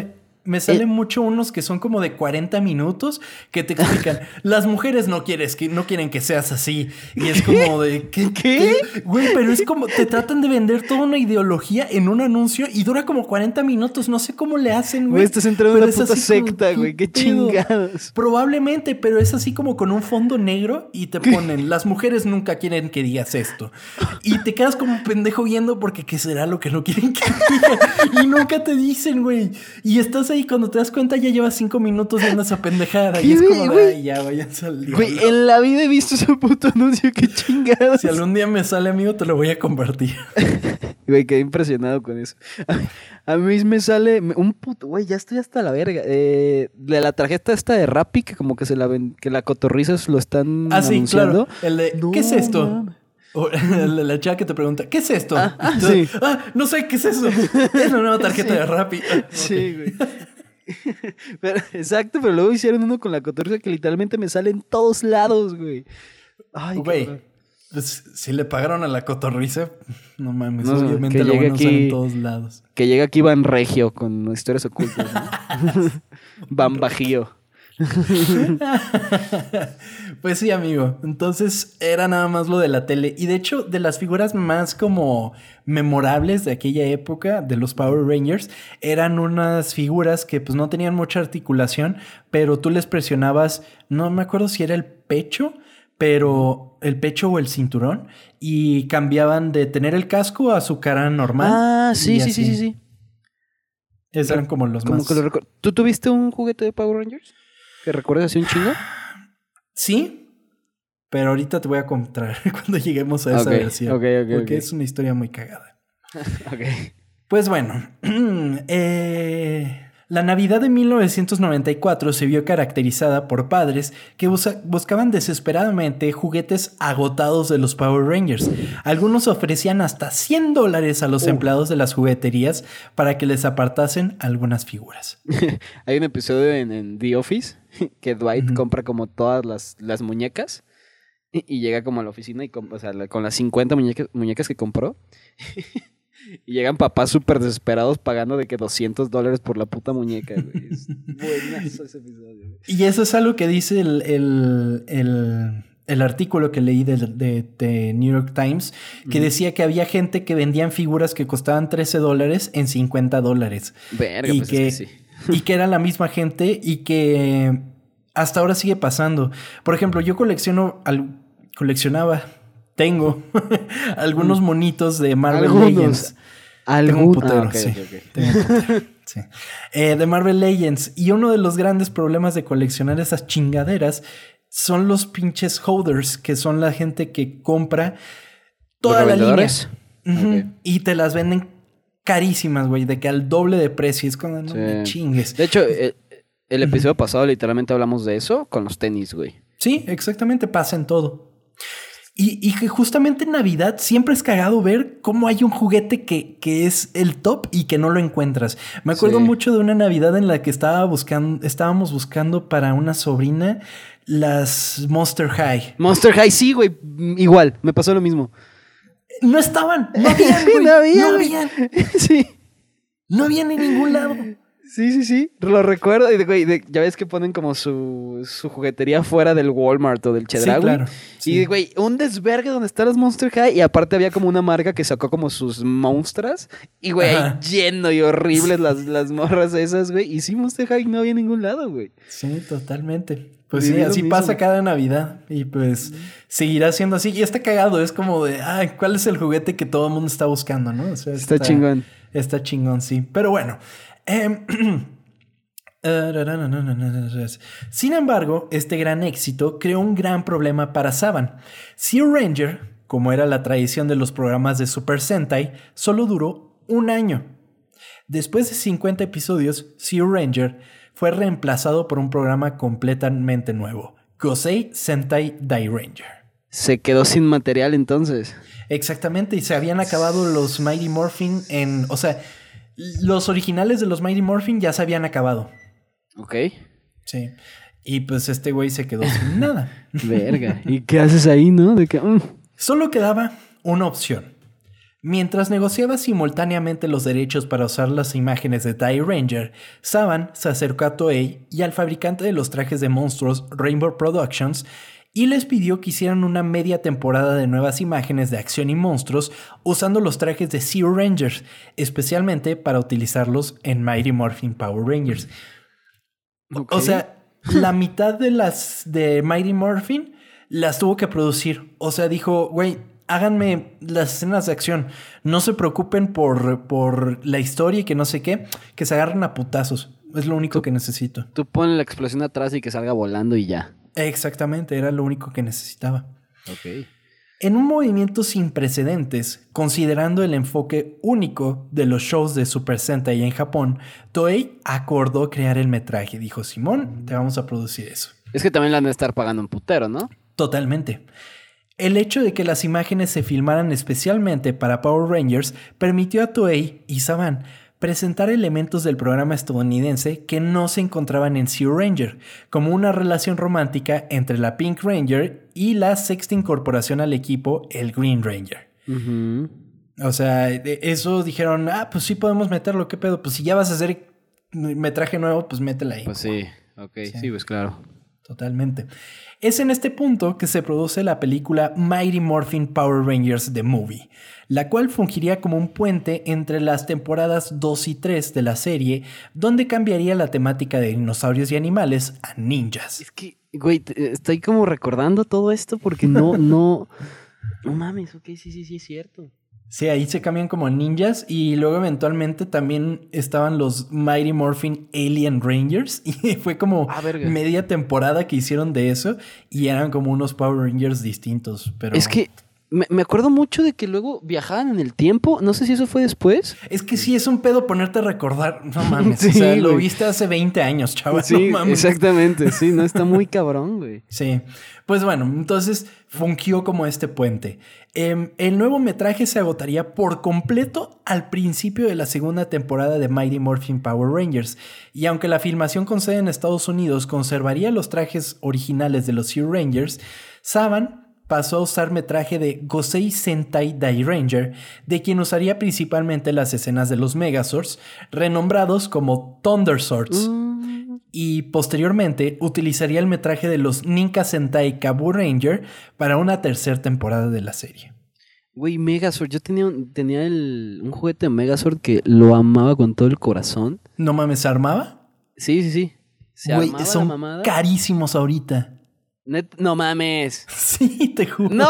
me salen Eh. mucho unos que son como de cuarenta minutos que te explican, las mujeres no quieres que no quieren que seas así. Y es como de ¿qué? ¿Qué? ¿Qué? Güey, pero es como te tratan de vender toda una ideología en un anuncio y dura como cuarenta minutos. No sé cómo le hacen, güey. Güey, estás entrando en Pero una es puta así como, secta, güey. Qué pedo? chingados. Probablemente, pero es así como con un fondo negro y te ponen, las mujeres nunca quieren que digas esto. Y te quedas como un pendejo viendo porque qué será lo que no quieren que digan. Y nunca te dicen, güey. Y estás ahí cuando te das cuenta ya llevas cinco minutos viendo esa pendejada. Y es Güey, como de, güey. ay, ya vayan a salir. Güey, en la vida he visto ese puto anuncio. Qué chingados. Si algún día me sale, amigo, te lo voy a compartir. Güey, quedé impresionado con eso. A, a mí me sale un puto... Güey, ya estoy hasta la verga. Eh, de la tarjeta esta de Rappi, que como que se la ven... Que la cotorrizas lo están Ah, sí, anunciando. claro. El de, No, ¿qué es esto? mames. O el de la chava que te pregunta, ¿qué es esto? Ah, ah, Y tú, sí. ah, no sé, ¿qué es eso? Es la nueva tarjeta de Rappi. Ah, ok. Sí, güey. Pero, exacto, pero luego hicieron uno con la cotorriza que literalmente me sale en todos lados, güey. Ay, Güey, cabrón. pues si le pagaron a la cotorriza, no mames, No, obviamente que lo van llegue a usar aquí- en todos lados. Que llega aquí Van Regio con historias ocultas, ¿no? Van Bajío. Pues sí, amigo. Entonces era nada más lo de la tele. Y de hecho, de las figuras más como memorables de aquella época, de los Power Rangers, eran unas figuras que pues no tenían mucha articulación, pero tú les presionabas, no me acuerdo si era el pecho, pero el pecho o el cinturón, y cambiaban de tener el casco a su cara normal. Ah, sí, y sí, así. sí, sí, sí. Esos eran como los Como más... que lo recuerdo. ¿Tú tuviste un juguete de Power Rangers? ¿Que recuerdas así un chingo? Sí, pero ahorita te voy a contar cuando lleguemos a esa Ok, versión. ok, ok, porque ok. es una historia muy cagada. Ok. Pues bueno, eh, la Navidad de mil novecientos noventa y cuatro se vio caracterizada por padres que busa- buscaban desesperadamente juguetes agotados de los Power Rangers. Algunos ofrecían hasta cien dólares a los empleados de las jugueterías para que les apartasen algunas figuras. Hay un episodio en, en The Office que Dwight Ujú. compra como todas las, las muñecas y, y llega como a la oficina y comp- o sea, la- con las cincuenta muñecas, muñecas que compró. Y llegan papás súper desesperados pagando de que doscientos dólares por la puta muñeca, güey. Es buenazo ese episodio, güey. Y eso es algo que dice el, el, el, el artículo que leí de, de, de New York Times, que decía que había gente que vendían figuras que costaban trece dólares en cincuenta dólares. Verga, Y pues que, es que sí. y que era la misma gente y que hasta ahora sigue pasando. Por ejemplo, yo colecciono, al, coleccionaba, tengo algunos monitos de Marvel Algunos. Legends. Tengo un Algún... putero, Ah, ok, sí. ok, ok. Tengo un putero, sí. Eh, de Marvel Legends. Y uno de los grandes problemas de coleccionar esas chingaderas son los pinches holders, que son la gente que compra toda ¿Los la línea. revendedores? Ujú. Ok. Y te las venden carísimas, güey, de que al doble de precio. Es como, no Sí. me chingues. De hecho, el, el episodio pasado literalmente hablamos de eso con los tenis, güey. Sí, exactamente, pasa en todo. Y, y que justamente en Navidad siempre es cagado ver cómo hay un juguete que, que es el top y que no lo encuentras. Me acuerdo Sí. mucho de una Navidad en la que estaba buscando, estábamos buscando para una sobrina las Monster High. Monster High, sí, güey. Mm, Igual, me pasó lo mismo. No estaban, no habían, güey, no había, no güey. habían, Sí. no habían en ningún lado. Sí, sí, sí. Lo recuerdo. Y, de- güey, de- ya ves que ponen como su, su juguetería fuera del Walmart o del Chedraui. Sí, claro. Y, Sí. güey, un desvergue donde están los Monster High. Y aparte había como una marca que sacó como sus monstras. Y, güey, Ajá. lleno y horribles las, las morras esas, güey. Y sí, Monster High no había en ningún lado, güey. Sí, totalmente. Pues Viví sí, lo así mismo. pasa cada Navidad y pues seguirá siendo así. Y está cagado, es como de, ay, ¿cuál es el juguete que todo el mundo está buscando, no? O sea, Está chingón. Está chingón, sí. Pero bueno. em, Sin embargo, este gran éxito creó un gran problema para Saban. Zeo Ranger, como era la tradición de los programas de Super Sentai, solo duró un año. Después de cincuenta episodios, Zeo Ranger fue reemplazado por un programa completamente nuevo, Gosei Sentai Dai Ranger. Se quedó sin material entonces. Exactamente, y se habían acabado los Mighty Morphin en... O sea, los originales de los Mighty Morphin ya se habían acabado. Ok. Sí. Y pues este güey se quedó sin nada. Verga. ¿Y qué haces ahí, no? De que... mm. Solo quedaba una opción. Mientras negociaba simultáneamente los derechos para usar las imágenes de Die Ranger, Saban se acercó a Toei y al fabricante de los trajes de monstruos Rainbow Productions y les pidió que hicieran una media temporada de nuevas imágenes de acción y monstruos usando los trajes de Zeo Rangers, especialmente para utilizarlos en Mighty Morphin Power Rangers. Okay. O sea, la mitad de las de Mighty Morphin las tuvo que producir. O sea, dijo, güey, háganme las escenas de acción. No se preocupen por, por la historia y que no sé qué. Que se agarren a putazos. Es lo único tú, que necesito. Tú pones la explosión atrás y que salga volando y ya. Exactamente, era lo único que necesitaba. Ok. En un movimiento sin precedentes, considerando el enfoque único de los shows de Super Sentai en Japón, Toei acordó crear el metraje. Dijo, Simón, te vamos a producir eso. Es que también la han de estar pagando un putero, ¿no? Totalmente. El hecho de que las imágenes se filmaran especialmente para Power Rangers permitió a Toei y Saban presentar elementos del programa estadounidense que no se encontraban en Zeo Ranger, como una relación romántica entre la Pink Ranger y la sexta incorporación al equipo, el Green Ranger. Uh-huh. O sea, eso dijeron, ah, pues sí podemos meterlo, ¿qué pedo? Pues si ya vas a hacer metraje nuevo, pues métela ahí. Pues sí, ok, sí, sí pues claro. Totalmente. Es en este punto que se produce la película Mighty Morphin Power Rangers The Movie, la cual fungiría como un puente entre las temporadas dos y tres de la serie, donde cambiaría la temática de dinosaurios y animales a ninjas. Es que, güey, estoy como recordando todo esto porque no, no... No mames, ok, sí, sí, sí, es cierto. Sí, ahí se cambian como ninjas y luego eventualmente también estaban los Mighty Morphin Alien Rangers y fue como ah, media temporada que hicieron de eso y eran como unos Power Rangers distintos, pero... Es que me, me acuerdo mucho de que luego viajaban en el tiempo, no sé si eso fue después. Es que sí, es un pedo ponerte a recordar, no mames, sí, o sea, lo viste hace veinte años, chaval, sí, no mames. Exactamente, sí, no, está muy cabrón, güey. Sí, pues bueno, entonces fungió como este puente. Eh, el nuevo metraje se agotaría por completo al principio de la segunda temporada de Mighty Morphin Power Rangers, y aunque la filmación con sede en Estados Unidos conservaría los trajes originales de los Zeo Rangers, Saban pasó a usar metraje de Gosei Sentai Dai Ranger, de quien usaría principalmente las escenas de los Megazords, renombrados como Thunder Swords. Mm. Y posteriormente utilizaría el metraje de los Ninka Sentai Kabu Ranger para una tercera temporada de la serie. Güey, Megazord, yo tenía, un, tenía el, un juguete de Megazord que lo amaba con todo el corazón. ¿No mames, se armaba? Sí, sí, sí. Se Güey, armaba son la mamada. Carísimos ahorita. Net, no mames. Sí, te juro. ¡No!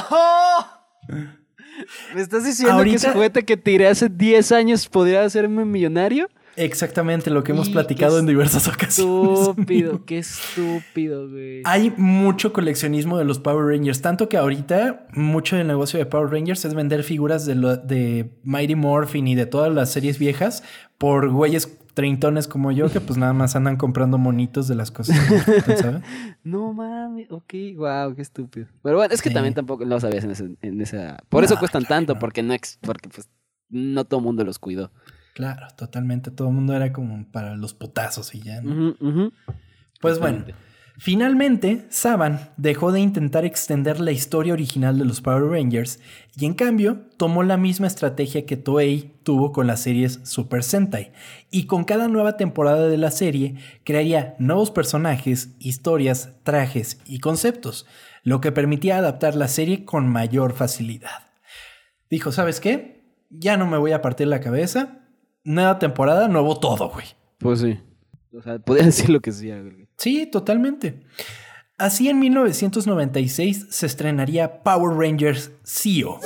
¿Me estás diciendo ¿Ahorita? que ese juguete que tiré hace diez años podría hacerme millonario? Exactamente lo que hemos y platicado en diversas ocasiones. Estúpido, amigo. Qué estúpido, güey. Hay mucho coleccionismo de los Power Rangers, tanto que ahorita mucho del negocio de Power Rangers es vender figuras de, lo, de Mighty Morphin y de todas las series viejas por güeyes treintones como yo que pues nada más andan comprando monitos de las cosas que ¿sabes? No mames, ok, wow, qué estúpido. Pero bueno, es que sí. También tampoco lo sabías en, ese, en esa... Por no, eso cuestan claro, tanto, no. porque no porque pues no todo el mundo los cuidó. Claro, totalmente. Todo el mundo era como para los putazos y ya, ¿no? Uh-huh, uh-huh. Pues totalmente. Bueno, finalmente, Saban dejó de intentar extender la historia original de los Power Rangers y en cambio tomó la misma estrategia que Toei tuvo con las series Super Sentai y con cada nueva temporada de la serie crearía nuevos personajes, historias, trajes y conceptos, lo que permitía adaptar la serie con mayor facilidad. Dijo, ¿sabes qué? Ya no me voy a partir la cabeza. Nueva temporada, nuevo todo, güey. Pues sí. O sea, podía decir lo que sea, güey. Sí, totalmente. Así en mil novecientos noventa y seis se estrenaría Power Rangers Zeo.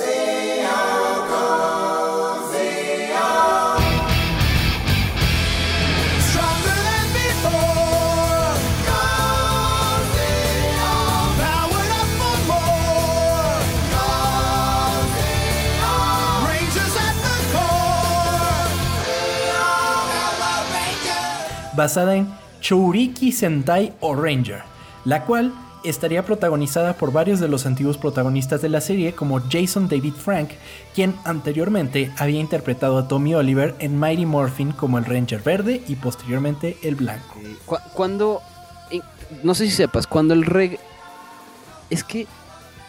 Basada en Chouriki Sentai o Ranger, la cual estaría protagonizada por varios de los antiguos protagonistas de la serie como Jason David Frank, quien anteriormente había interpretado a Tommy Oliver en Mighty Morphin como el Ranger verde y posteriormente el blanco. Cuando, no sé si sepas, cuando el reg... Es que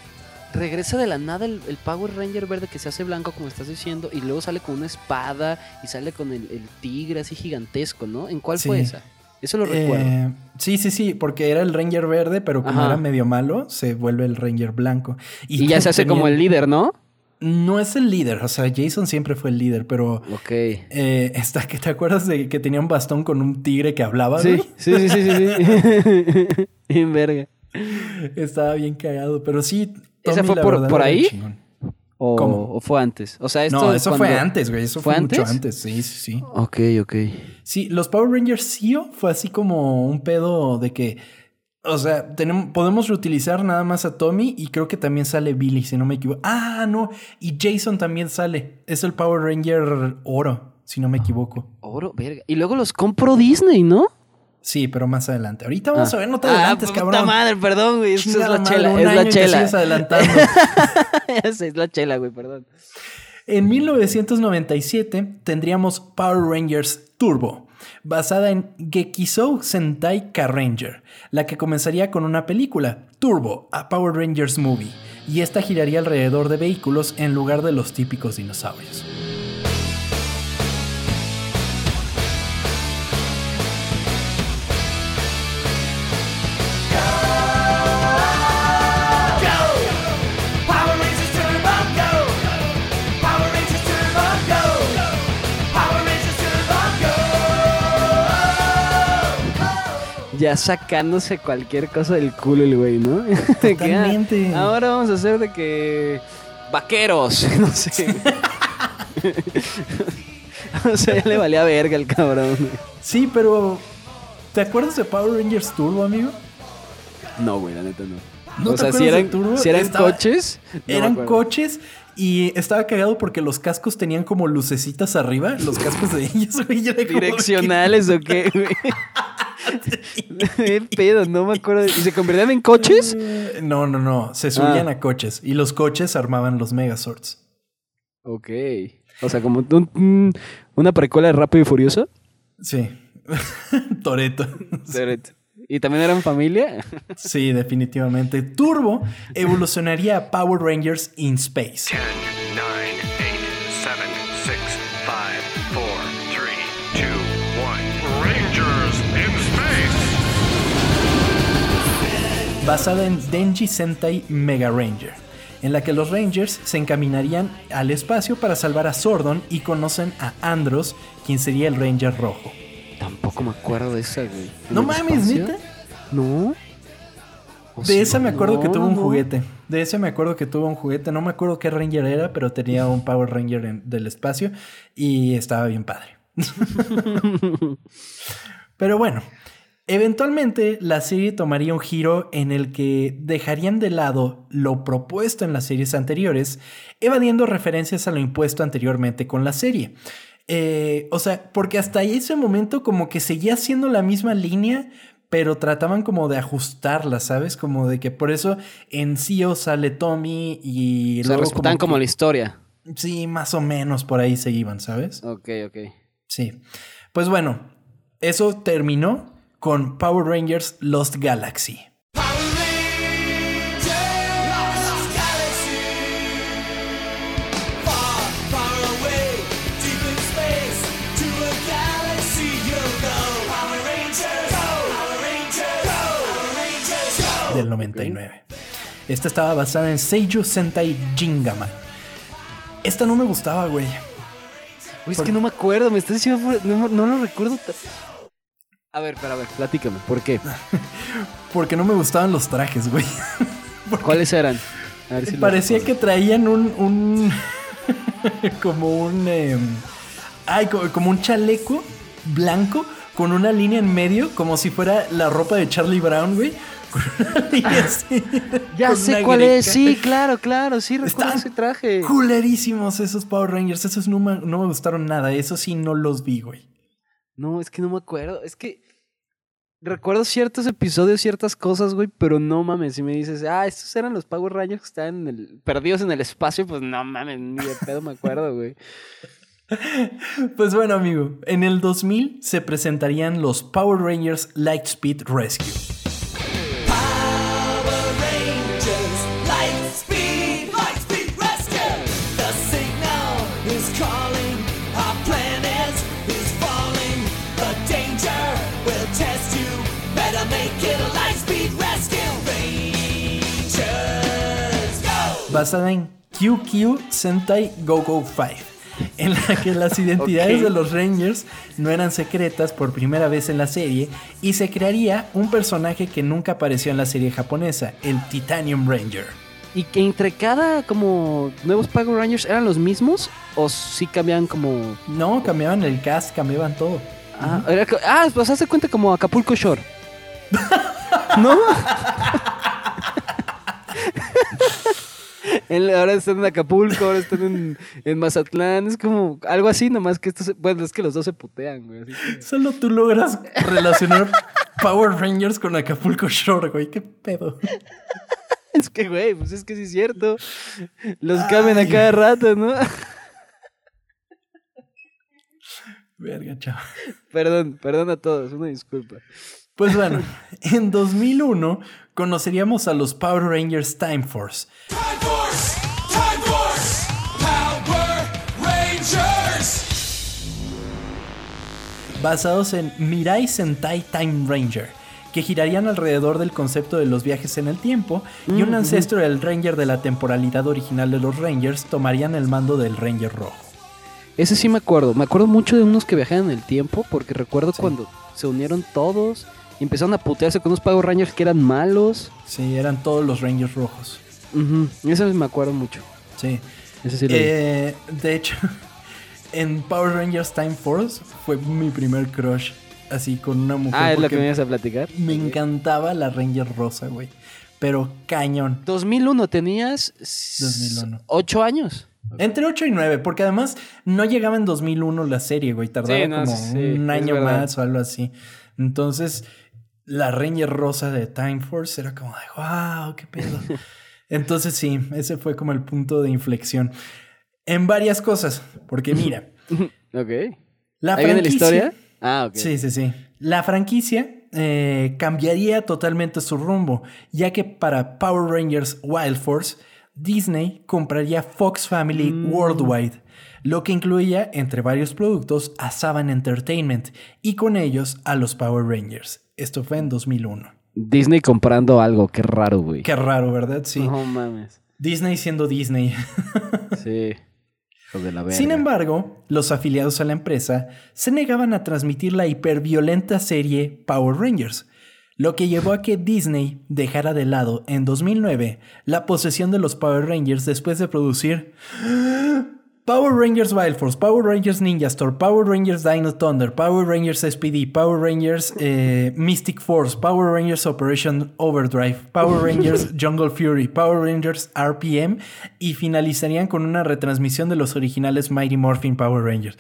regresa de la nada el, el Power Ranger verde que se hace blanco, como estás diciendo, y luego sale con una espada y sale con el, el tigre así gigantesco, ¿no? ¿En cuál Sí. fue esa? Eso lo Eh, recuerdo. sí, sí, sí, porque era el Ranger verde, pero como Ajá. era medio malo, se vuelve el Ranger blanco. Y, ya se hace tenía- como el líder, ¿no? No es el líder, o sea, Jason siempre fue el líder, pero Ok. eh, está, que ¿te acuerdas de que tenía un bastón con un tigre que hablaba? Sí, güey? sí, sí, sí, sí. sí. Bien verga. Estaba bien cagado, pero sí. ¿Esa Tommy, fue la por- verdad, por era ahí? chingón. O, ¿Cómo? ¿O fue antes? O sea, esto No, eso cuando- fue antes, güey. Eso fue, ¿Fue mucho antes? antes. Sí, sí, sí. Ok, ok. Sí, los Power Rangers sí o fue así como un pedo de que, o sea, tenemos, podemos reutilizar nada más a Tommy y creo que también sale Billy, si no me equivoco. Ah, no, y Jason también sale. Es el Power Ranger oro, si no me equivoco. Oro, verga. Y luego los compró Disney, ¿no? Sí, pero más adelante. Ahorita vamos Ah. a ver, no te adelantes, ah, cabrón. Puta madre, perdón, güey. Esa es Chingada la madre, chela. un Es año la y te chela. sigues adelantando. Ya sé, es la chela, güey, perdón. En mil novecientos noventa y siete tendríamos Power Rangers Turbo, basada en Gekisou Sentai K-Ranger, la que comenzaría con una película, Turbo, a Power Rangers Movie, y esta giraría alrededor de vehículos en lugar de los típicos dinosaurios. Ya sacándose cualquier cosa del culo el güey, ¿no? De que, ah, Totalmente. ahora vamos a hacer de que... Vaqueros, no sé. O sea, ya le valía verga el cabrón. güey. Sí, pero ¿te acuerdas de Power Rangers Turbo, amigo? No, güey, la neta no. ¿No o te sea, si acuerdas de eran, Turbo? si eran Estaba- coches... no me Eran acuerdo. coches y estaba cagado porque los cascos tenían como lucecitas arriba, los cascos de ellos, güey. y era como que- ¿Direccionales o qué, güey? ¿Qué pedo? No me acuerdo. ¿Y se convertían en coches? Eh, No, no, no. Se subían Ah. a coches y los coches armaban los Megazords. Ok. O sea, como un- un- una precuela de Rápido y Furioso. Sí. Toreto. ¿Y también eran familia? Sí, definitivamente. Turbo evolucionaría a Power Rangers in Space. ten, nine, eight, seven, six, five, four, three, two, one. Rangers in Space. Basada en Denji Sentai Mega Ranger, en la que los Rangers se encaminarían al espacio para salvar a Zordon y conocen a Andros, quien sería el Ranger rojo. Tampoco me acuerdo de esa, güey. No ¿En el mames, espacio? ¿neta? No. ¿O De sí? esa me acuerdo que No, tuvo no, un no. juguete. De ese me acuerdo que tuvo un juguete. No me acuerdo qué Ranger era, pero tenía un Power Ranger en- del espacio y estaba bien padre. Pero bueno, eventualmente la serie tomaría un giro en el que dejarían de lado lo propuesto en las series anteriores, evadiendo referencias a lo impuesto anteriormente con la serie. Eh, o sea, porque hasta ese momento como que seguía siendo la misma línea, pero trataban como de ajustarla, ¿sabes? Como de que por eso en C E O sale Tommy y O sea, luego respetaban como, que- la historia. Sí, más o menos por ahí se iban, ¿sabes? Ok, ok. Sí. Pues bueno, eso terminó con Power Rangers Lost Galaxy. Del noventa y nueve. Esta estaba basada en Seiyu Sentai Jingama. Esta no me gustaba, güey. Uy, es que no me acuerdo, me estás diciendo... por- No, no lo recuerdo. ta- A ver, pero a ver, platícame. ¿Por qué? Porque no me gustaban los trajes, güey. ¿Cuáles eran? A ver si lo Parecía recuerdo. que traían un... un como un... eh, ay, co- como un chaleco blanco con una línea en medio, como si fuera la ropa de Charlie Brown, güey. Con una línea así. Ya con sé una cuál es, greca. sí, claro, claro, sí, recuerdo Están ese traje. culerísimos esos Power Rangers. Esos no me, no me gustaron nada. Eso sí, no los vi, güey. No, es que no me acuerdo, es que recuerdo ciertos episodios, ciertas cosas, güey, pero no mames, si me dices, ah, estos eran los Power Rangers que estaban en el, perdidos en el espacio, pues no mames, ni de pedo me acuerdo, güey. Pues bueno, amigo, en el dos mil se presentarían los Power Rangers Lightspeed Rescue. Power Rangers, Lightspeed basada en Q Q Sentai Go-Go cinco, en la que las identidades Ok. de los Rangers no eran secretas por primera vez en la serie y se crearía un personaje que nunca apareció en la serie japonesa, el Titanium Ranger. ¿Y que entre cada como nuevos Power Rangers eran los mismos? ¿O sí cambiaban como...? No, cambiaban el cast, cambiaban todo. Ah, era co- ah, pues hace cuenta como Acapulco Shore. ¿No? En- ahora están en Acapulco, ahora están en, en Mazatlán. Es como algo así, nomás que estos... Bueno, es que los dos se putean, güey. Así que- Solo tú logras relacionar Power Rangers con Acapulco Shore, güey. ¿Qué pedo? Es que, güey, pues es que sí es cierto. Los cambian a cada rato, ¿no? Verga, chavo. Perdón, perdón a todos, una disculpa. Pues bueno, en dos mil uno conoceríamos a los Power Rangers Time Force. Time Force! Time Force! Power Rangers! Basados en Mirai Sentai Time Ranger, que girarían alrededor del concepto de los viajes en el tiempo, y un ancestro del Ranger de la temporalidad original de los Rangers tomarían el mando del Ranger rojo. Ese sí me acuerdo. Me acuerdo mucho de unos que viajaban en el tiempo, porque recuerdo cuando se unieron todos y empezaron a putearse con unos Power Rangers que eran malos. Sí, eran todos los Rangers rojos. Ujú, Eso me acuerdo mucho. Sí. Ese sí lo vi. Eh, de hecho, en Power Rangers Time Force fue mi primer crush, así con una mujer. Ah, es lo porque que me ibas a platicar. Me encantaba la Ranger rosa, güey. Pero cañón. dos mil uno tenías... dos mil uno. ocho años. Entre ocho y nueve, porque además no llegaba en dos mil uno la serie, güey. Tardaba Sí, no, como sí, un es año verdad. más o algo así. Entonces, la Ranger rosa de Time Force era como de, wow, qué pedo. Entonces, sí, ese fue como el punto de inflexión. En varias cosas, porque mira, Ok. la ¿Ahí viene la franquicia- historia? Ah, ok. Sí, sí, sí. La franquicia eh, cambiaría totalmente su rumbo, ya que para Power Rangers Wild Force, Disney compraría Fox Family Worldwide, lo que incluía, entre varios productos, a Saban Entertainment y con ellos a los Power Rangers. Esto fue en dos mil uno. Disney comprando algo, qué raro, güey. Qué raro, ¿verdad? Sí. No mames. Disney siendo Disney. Sí. Hijos de la verga. Sin embargo, los afiliados a la empresa se negaban a transmitir la hiperviolenta serie Power Rangers, lo que llevó a que Disney dejara de lado en dos mil nueve la posesión de los Power Rangers después de producir Power Rangers Wild Force, Power Rangers Ninja Storm, Power Rangers Dino Thunder, Power Rangers S P D, Power Rangers eh, Mystic Force, Power Rangers Operation Overdrive, Power Rangers Jungle Fury, Power Rangers R P M, y finalizarían con una retransmisión de los originales Mighty Morphin Power Rangers.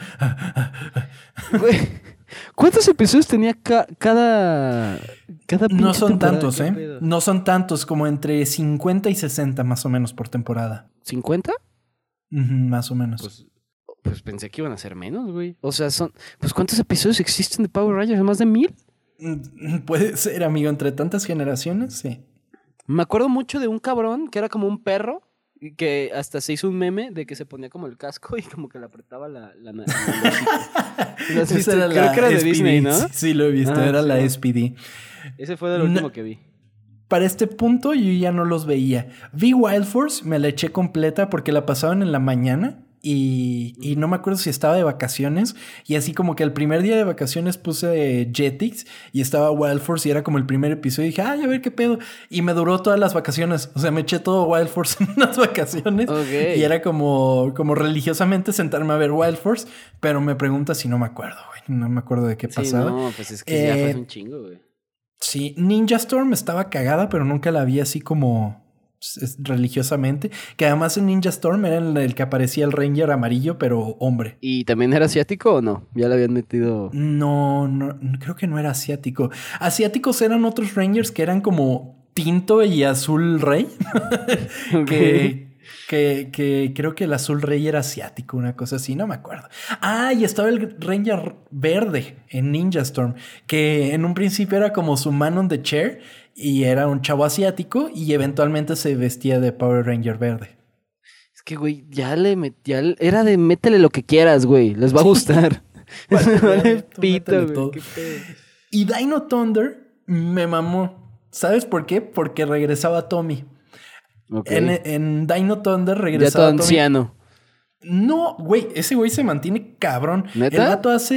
Güey, ¿cuántos episodios tenía ca- cada, cada No pinche son temporada? tantos, ¿Qué ¿eh? pedo? No son tantos, como entre cincuenta y sesenta más o menos por temporada. ¿cincuenta? Ujú, más o menos. Pues, pues pensé que iban a ser menos, güey. O sea, son... Pues ¿cuántos episodios existen de Power Rangers? ¿Más de mil? Mm, Puede ser, amigo, entre tantas generaciones, sí. Me acuerdo mucho de un cabrón que era como un perro y que hasta se hizo un meme de que se ponía como el casco y como que le apretaba la... la, na- la nariz. ¿Lo has Esa visto? era Creo la que era de S P D. Disney, ¿no? Sí, sí, lo he visto, Ah, era sí, la bueno. S P D. Ese fue de lo No- último que vi. Para este punto yo ya no los veía. Vi Wild Force, me la eché completa porque la pasaban en la mañana y, y no me acuerdo si estaba de vacaciones. Y así como que el primer día de vacaciones puse Jetix y estaba Wild Force y era como el primer episodio. Y dije, ay, a ver qué pedo. Y me duró todas las vacaciones. O sea, me eché todo Wild Force en unas vacaciones. Ok. Y era como, como religiosamente sentarme a ver Wild Force. Pero me pregunta si no me acuerdo, güey. No me acuerdo de qué Sí, pasaba. no, pues es que ya Eh, fue un chingo, güey. Sí, Ninja Storm estaba cagada, pero nunca la vi así como s- religiosamente. Que además en Ninja Storm era el, el que aparecía el Ranger amarillo, pero hombre. ¿Y también era asiático o no? Ya le habían metido... No, no, creo que no era asiático. Asiáticos eran otros Rangers que eran como tinto y azul rey. que, que, que creo que el azul rey era asiático, una cosa así, no me acuerdo. Ah, y estaba el Ranger verde en Ninja Storm, que en un principio era como su man on the chair y era un chavo asiático y eventualmente se vestía de Power Ranger verde. Es que, güey, ya le metí... ya le- Era de métele lo que quieras, güey. Les va a gustar. Vale, Vale, tú pito, métele güey. todo. Qué pedo. Y Dino Thunder me mamó. ¿Sabes por qué? Porque regresaba Tommy. Ok. En, en Dino Thunder Ya regresaba todo Tommy- anciano. No, güey, ese güey se mantiene cabrón. ¿Neta? El vato hace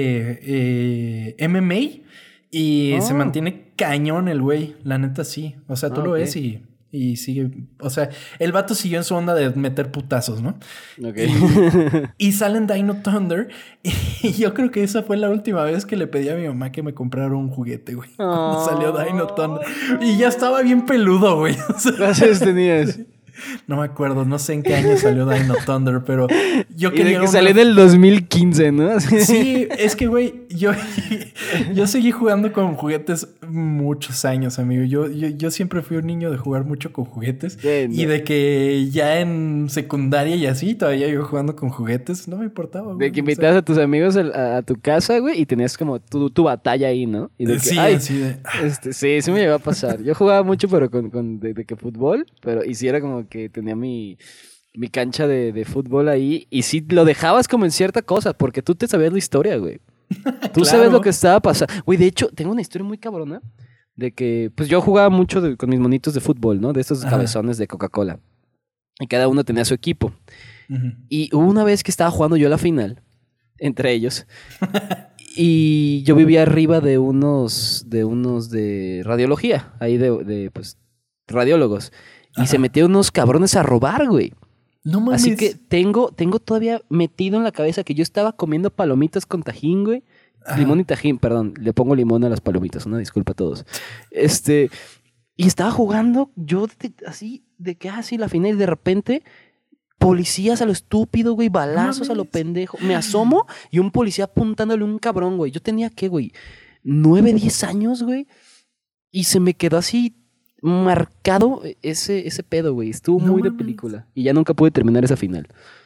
eh, M M A y Oh. se mantiene cañón el güey. La neta sí. O sea, tú Ah, lo ok. ves y, y sigue. O sea, el vato siguió en su onda de meter putazos, ¿no? Ok. Y sale en Dino Thunder. Y yo creo que esa fue la última vez que le pedí a mi mamá que me comprara un juguete, güey. Cuando salió Dino Thunder. Y ya estaba bien peludo, güey. O sea, ¿Cuántos años tenías? no me acuerdo, no sé en qué año salió Dino Thunder, pero yo Y de quería que una- salió en el dos mil quince, ¿no? Sí, es que, güey, yo, yo seguí jugando con juguetes muchos años, amigo. Yo, yo, yo siempre fui un niño de jugar mucho con juguetes. Entiendo. Y de que ya en secundaria y así, todavía yo jugando con juguetes, no me importaba, güey. De que O sea, invitabas a tus amigos al- a, a tu casa, güey, y tenías como tu, tu batalla ahí, ¿no? Y de que, sí, ay, así de... este, sí, sí me llegó a pasar. Yo jugaba mucho, pero con, con de, de que fútbol, pero y sí era como que tenía mi, mi cancha de, de fútbol ahí, y sí lo dejabas como en cierta cosa, porque tú te sabías la historia, güey. Tú sabes Claro. lo que estaba pasando. Güey, de hecho, tengo una historia muy cabrona de que, pues yo jugaba mucho de- con mis monitos de fútbol, ¿no? De estos Ajá. cabezones de Coca-Cola. Y cada uno tenía su equipo. Ujú. Y hubo una vez que estaba jugando yo la final, entre ellos, y yo vivía arriba de unos de unos de radiología, ahí de, de pues, radiólogos. Y se Ajá. metieron unos cabrones a robar, güey. No mames. Así que tengo, tengo todavía metido en la cabeza que yo estaba comiendo palomitas con tajín, güey. Ajá. Limón y tajín, perdón. Le pongo limón a las palomitas, una disculpa a todos. Este, y estaba jugando yo de- así, de que así la final y de repente policías a lo estúpido, güey, balazos a lo mames. pendejo. Me asomo y un policía apuntándole a un cabrón, güey. Yo tenía, ¿qué, güey? Nueve, diez años, güey. Y se me quedó así marcado ese, ese pedo, güey. Estuvo No muy de mames. película. Y ya nunca pude terminar esa final.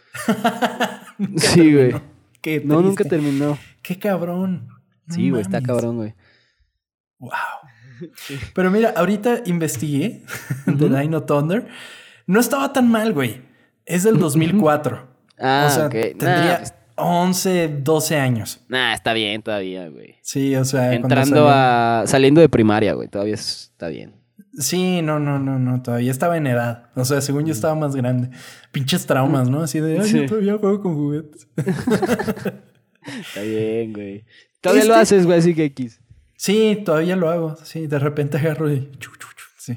Nunca Sí, güey. terminó. Qué No, nunca triste. terminó. Qué cabrón. No Sí, güey, está mames. cabrón, güey. Wow. Pero mira, ahorita investigué de Dino Thunder. No estaba tan mal, güey. Es del dos mil cuatro. Ah, o sea, ok. tendría Nah, pues- once, doce años. Nah, está bien todavía, güey. Sí, o sea, cuando Entrando salió- a... Saliendo de primaria, güey. Todavía es- está bien. Sí, no, no, no, no. Todavía estaba en edad. O sea, según yo estaba más grande. Pinches traumas, ¿no? Así de, ay, Sí. yo todavía juego con juguetes. Está bien, güey. Todavía lo Este- haces, güey, así que X. Sí, todavía lo hago. Sí, de repente agarro y... chu, chu, chu. Sí.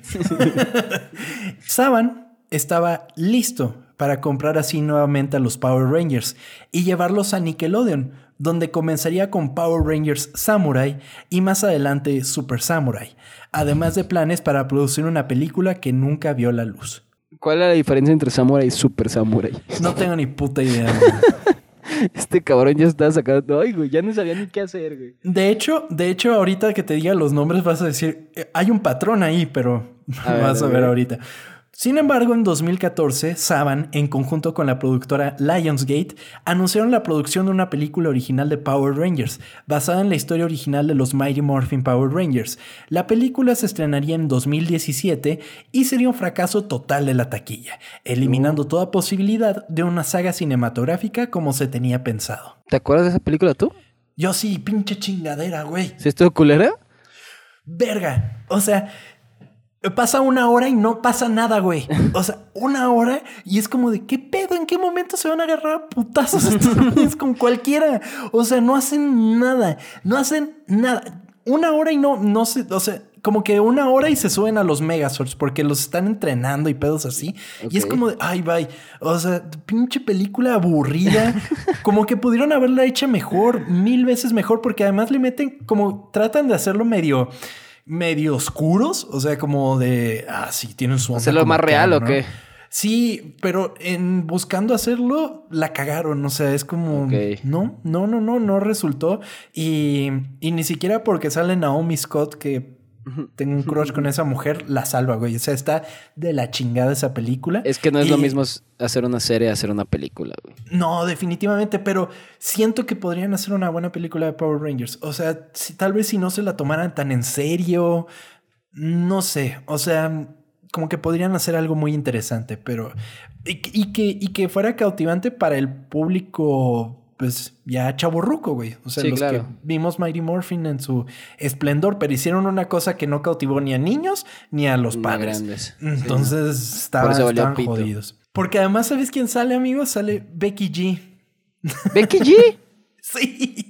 Saban estaba listo para comprar así nuevamente a los Power Rangers y llevarlos a Nickelodeon, donde comenzaría con Power Rangers Samurai y más adelante Super Samurai, además de planes para producir una película que nunca vio la luz. ¿Cuál era la diferencia entre Samurai y Super Samurai? No tengo ni puta idea. güey. Este cabrón ya estaba sacando... Ay, güey, ya no sabía ni qué hacer, güey. De hecho, de hecho, ahorita que te diga los nombres vas a decir, eh, hay un patrón ahí, pero A ver, vas a a ver ver. ahorita. Sin embargo, en dos mil catorce, Saban, en conjunto con la productora Lionsgate, anunciaron la producción de una película original de Power Rangers, basada en la historia original de los Mighty Morphin Power Rangers. La película se estrenaría en dos mil diecisiete y sería un fracaso total de la taquilla, eliminando toda posibilidad de una saga cinematográfica como se tenía pensado. ¿Te acuerdas de esa película tú? Yo sí, pinche chingadera, güey. ¿Sí estuvo culera? Verga. O sea, pasa una hora y no pasa nada, güey. O sea, una hora y es como de ¿qué pedo? ¿En qué momento se van a agarrar a putazos estos güeyes con cualquiera? O sea, no hacen nada. No hacen nada. Una hora y no, no sé, o sea, como que una hora y se suben a los Megazords porque los están entrenando y pedos así. Y es Ok. como de, ay, bye. O sea, pinche película aburrida. Como que pudieron haberla hecha mejor, mil veces mejor, porque además le meten, como tratan de hacerlo medio, medio oscuros. O sea, como de, ah, sí, tienen su onda ¿Hacerlo como más real acá, o ¿no? qué? Sí, pero en buscando hacerlo, la cagaron. O sea, es como... Ok. No, no, no, no, no resultó. Y, y ni siquiera porque sale Naomi Scott, que tengo un crush con esa mujer, la salva, güey. O sea, está de la chingada esa película. Es que no es lo Y- mismo hacer una serie, hacer una película, güey. No, definitivamente, pero siento que podrían hacer una buena película de Power Rangers. O sea, si, tal vez si no se la tomaran tan en serio, no sé. O sea, como que podrían hacer algo muy interesante, pero... Y, y que, y que fuera cautivante para el público pues ya chavorruco, güey. O sea, Sí, los claro. que vimos Mighty Morphin en su esplendor, pero hicieron una cosa que no cautivó ni a niños ni a los Ni padres. grandes. Entonces Por estaban, eso valió estaban pito. jodidos. Porque además, ¿sabes quién sale, amigo? Sale Becky G. ¿Becky G? Sí.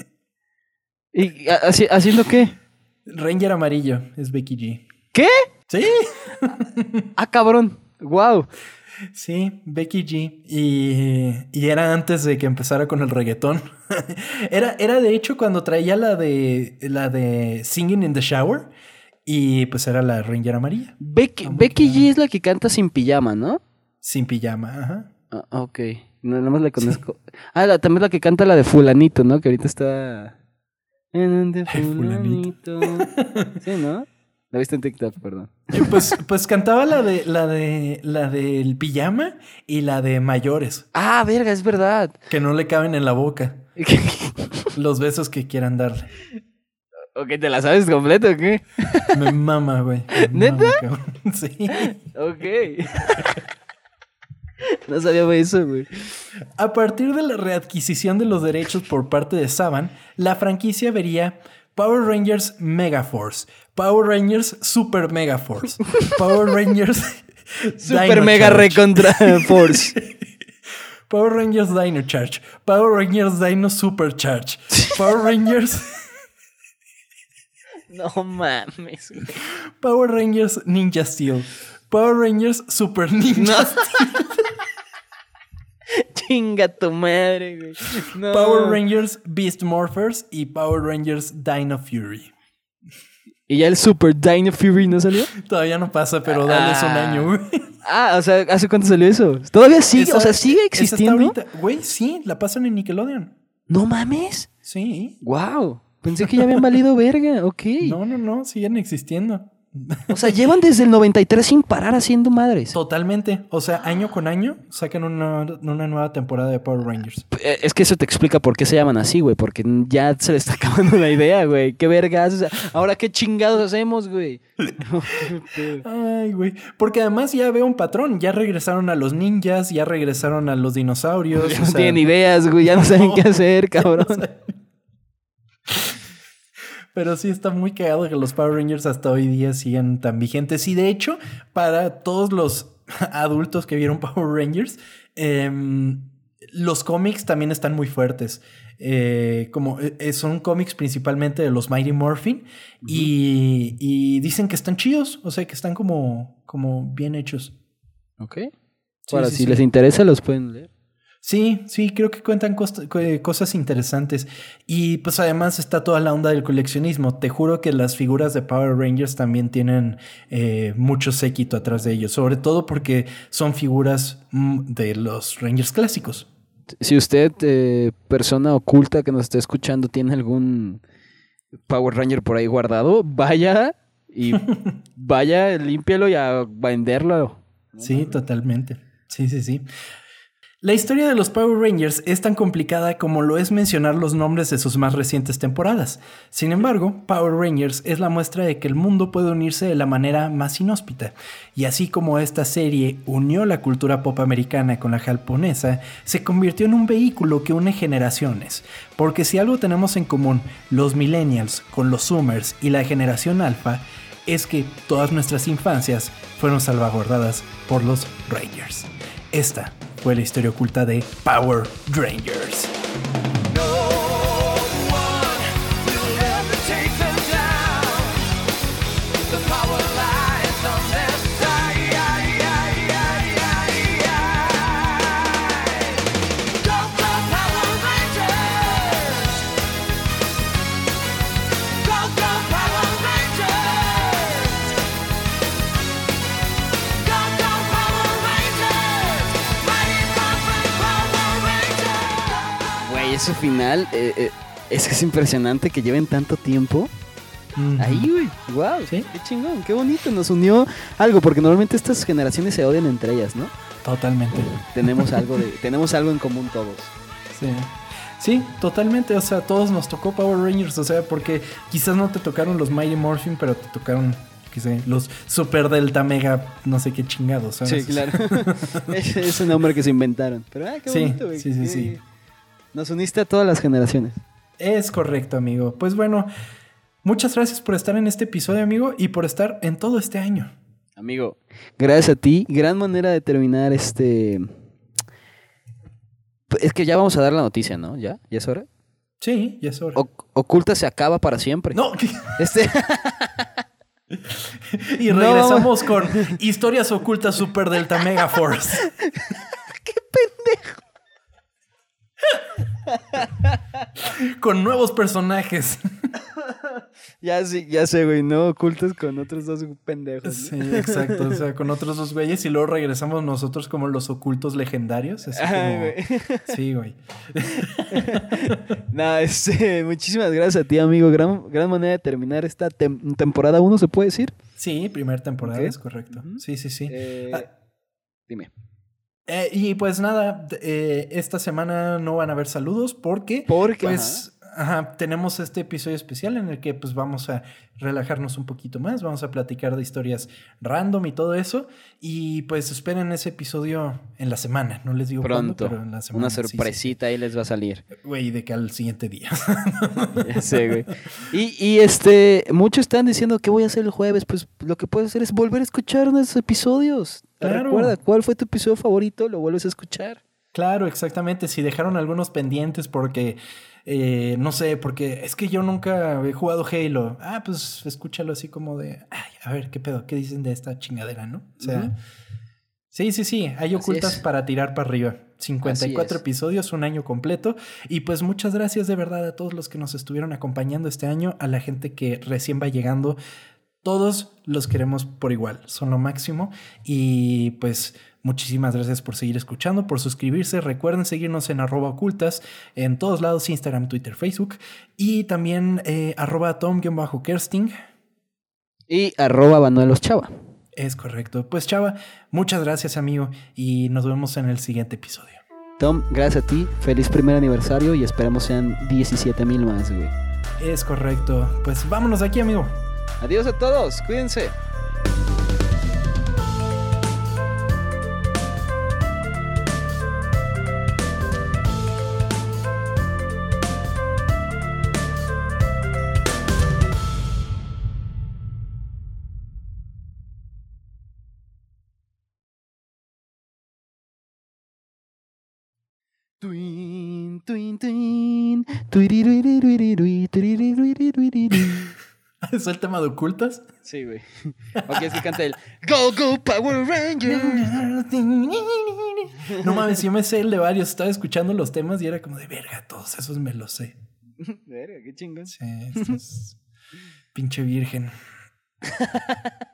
¿Y ha- haci- haciendo qué? Ranger amarillo es Becky G. ¿Qué? Sí. Ah, cabrón. Wow. Sí, Becky G. Y, y era antes de que empezara con el reggaetón. era, era de hecho cuando traía la de la de Singing in the Shower. Y pues era la Ranger amarilla. Becky, Ah, muy Becky bien. G es la que canta sin pijama, ¿no? Sin pijama, ajá. Ah, ok. No, nada más la conozco. Ah, la, también la que canta la de Fulanito, ¿no? Que ahorita está... En de Fulanito. Fulanito. Sí, ¿no? La viste en TikTok, perdón. Y pues, pues cantaba la de la de la del pijama y la de mayores, Ah, verga, es verdad. que no le caben en la boca. Los besos que quieran darle. Ok, ¿te la sabes completo o qué? Me mama, güey. Me ¿Neta? mama, cabrón. Sí. Ok. No sabía eso, güey. A partir de la readquisición de los derechos por parte de Saban, la franquicia vería Power Rangers Megaforce, Power Rangers Super Megaforce, Power Rangers Super Dino mega Charge, recontra force. Power Rangers Dino Charge, Power Rangers Dino Super Charge, Power Rangers No mames, güey. Power Rangers Ninja Steel, Power Rangers Super Ninja No. Steel, Chinga tu madre, güey. No. Power Rangers Beast Morphers y Power Rangers Dino Fury. ¿Y ya el Super Dino Fury no salió? Todavía no pasa, pero dales un Ah. año, güey. Ah, o sea, ¿hace cuánto salió eso? ¿Todavía sigue? Esa- o sea, ¿sigue esa está existiendo? ahorita. Güey, sí, la pasan en Nickelodeon. No mames. Sí. Wow. Pensé que ya habían valido verga. Ok. No, no, no, siguen existiendo. O sea, llevan desde el noventa y tres sin parar haciendo madres. Totalmente. O sea, año con año sacan una, una nueva temporada de Power Rangers. Eh, Es que eso te explica por qué se llaman así, güey. Porque ya se le está acabando la idea, güey. Qué vergas. O sea, ahora qué chingados hacemos, güey. Ay, güey. Porque además ya veo un patrón. Ya regresaron a los ninjas, ya regresaron a los dinosaurios. Ya o no sea, tienen ideas, güey. Ya no saben no, qué hacer, ya no cabrón. saben. Pero sí está muy cagado que los Power Rangers hasta hoy día siguen tan vigentes. Y de hecho, para todos los adultos que vieron Power Rangers, eh, los cómics también están muy fuertes. Eh, como eh, son cómics principalmente de los Mighty Morphin. Uh-huh. y, y dicen que están chidos. O sea, que están como, como bien hechos. Ok. Sí, Ahora, sí, si sí. les interesa, los pueden leer. Sí, sí, creo que cuentan costa- co- cosas interesantes. Y pues además está toda la onda del coleccionismo. Te juro que las figuras de Power Rangers también tienen eh, mucho séquito atrás de ellos. Sobre todo porque son figuras mm, de los Rangers clásicos. Si usted, eh, persona oculta que nos esté escuchando, tiene algún Power Ranger por ahí guardado, vaya y vaya, límpialo y a venderlo. Sí, totalmente. Sí, sí, sí. La historia de los Power Rangers es tan complicada como lo es mencionar los nombres de sus más recientes temporadas. Sin embargo, Power Rangers es la muestra de que el mundo puede unirse de la manera más inhóspita. Y así como esta serie unió la cultura pop americana con la japonesa, se convirtió en un vehículo que une generaciones. Porque si algo tenemos en común los millennials con los zoomers y la generación alfa, es que todas nuestras infancias fueron salvaguardadas por los Rangers. Esta fue la historia oculta de Power Rangers. Ese final eh, eh, es que es impresionante que lleven tanto tiempo Mm-hmm. ahí, güey. Wow, ¿Sí? qué chingón, qué bonito. Nos unió algo, porque normalmente estas generaciones se odian entre ellas, ¿no? Totalmente. Tenemos algo de, tenemos algo en común todos. Sí. Sí, totalmente. O sea, todos nos tocó Power Rangers. O sea, porque quizás no te tocaron los Mighty Morphin, pero te tocaron, qué sé, los Super Delta Mega, no sé qué chingados, ¿sabes? Sí, claro. es, es un nombre que se inventaron. Pero, ah, qué Sí, bonito, güey. sí, sí, Qué- sí. Nos uniste a todas las generaciones. Es correcto, amigo. Pues bueno, muchas gracias por estar en este episodio, amigo, y por estar en todo este año. Amigo, gracias a ti. Gran manera de terminar este... Es que ya vamos a dar la noticia, ¿no? ¿Ya? ¿Ya es hora? Sí, ya es hora. O- Oculta se acaba para siempre. No, Este... y No. regresamos con Historias Ocultas Super Delta Mega Force. Con nuevos personajes. ya, sí, ya sé, güey. No ocultas con otros dos pendejos. ¿no? Sí, exacto. O sea, con otros dos güeyes y luego regresamos nosotros como los ocultos legendarios. Así Ay, como... güey. Sí, güey. Nada, este, muchísimas gracias a ti, amigo. Gran, gran manera de terminar esta tem- temporada uno, ¿se puede decir? Sí, primera temporada, Ok. es correcto. Sí, sí, sí. Eh, Ah, Dime. eh, y pues nada, d- eh, esta semana no van a haber saludos porque, Porque, pues, ajá, tenemos este episodio especial en el que pues vamos a relajarnos un poquito más, vamos a platicar de historias random y todo eso. Y pues esperen ese episodio en la semana, no les digo cuándo, Pronto. pero en la semana. Una sí, sí. sorpresita ahí les va a salir. Güey, de que al siguiente día. Ya sé, güey. Y, y este, muchos están diciendo ¿qué voy a hacer el jueves? Pues lo que puedes hacer es volver a escuchar nuestros episodios. Claro. Recuerda, ¿cuál fue tu episodio favorito? Lo vuelves a escuchar. Claro, exactamente. Si dejaron algunos pendientes porque, eh, no sé, porque es que yo nunca he jugado Halo. Ah, pues escúchalo así como de, ay, a ver, ¿qué pedo? ¿Qué dicen de esta chingadera, no? O sea, Ujú. sí, sí, sí. Hay Así ocultas es. para tirar para arriba. cincuenta y cuatro Así es. episodios, un año completo. Y pues muchas gracias de verdad a todos los que nos estuvieron acompañando este año, a la gente que recién va llegando. Todos los queremos por igual, son lo máximo. Y pues muchísimas gracias por seguir escuchando, por suscribirse. Recuerden seguirnos en arroba ocultas en todos lados, Instagram, Twitter, Facebook. Y también eh, arroba tom-kersting. Y arroba Banuelos Chava. Es correcto. Pues Chava, muchas gracias amigo y nos vemos en el siguiente episodio. Tom, gracias a ti. Feliz primer aniversario y esperemos sean diecisiete mil más, güey. Es correcto. Pues vámonos de aquí amigo. Adiós a todos. Cuídense. Tuin, tuin, tuin. Tuiriruiriruirui, tuiriruiriruirui. ¿Es el tema de ocultas? Sí, güey. Ok, es que canta el Go, Go, Power Rangers. No mames, yo me sé el de varios. Estaba escuchando los temas y era como de verga, todos esos me los sé. Verga, qué chingón. Sí, esto es pinche virgen.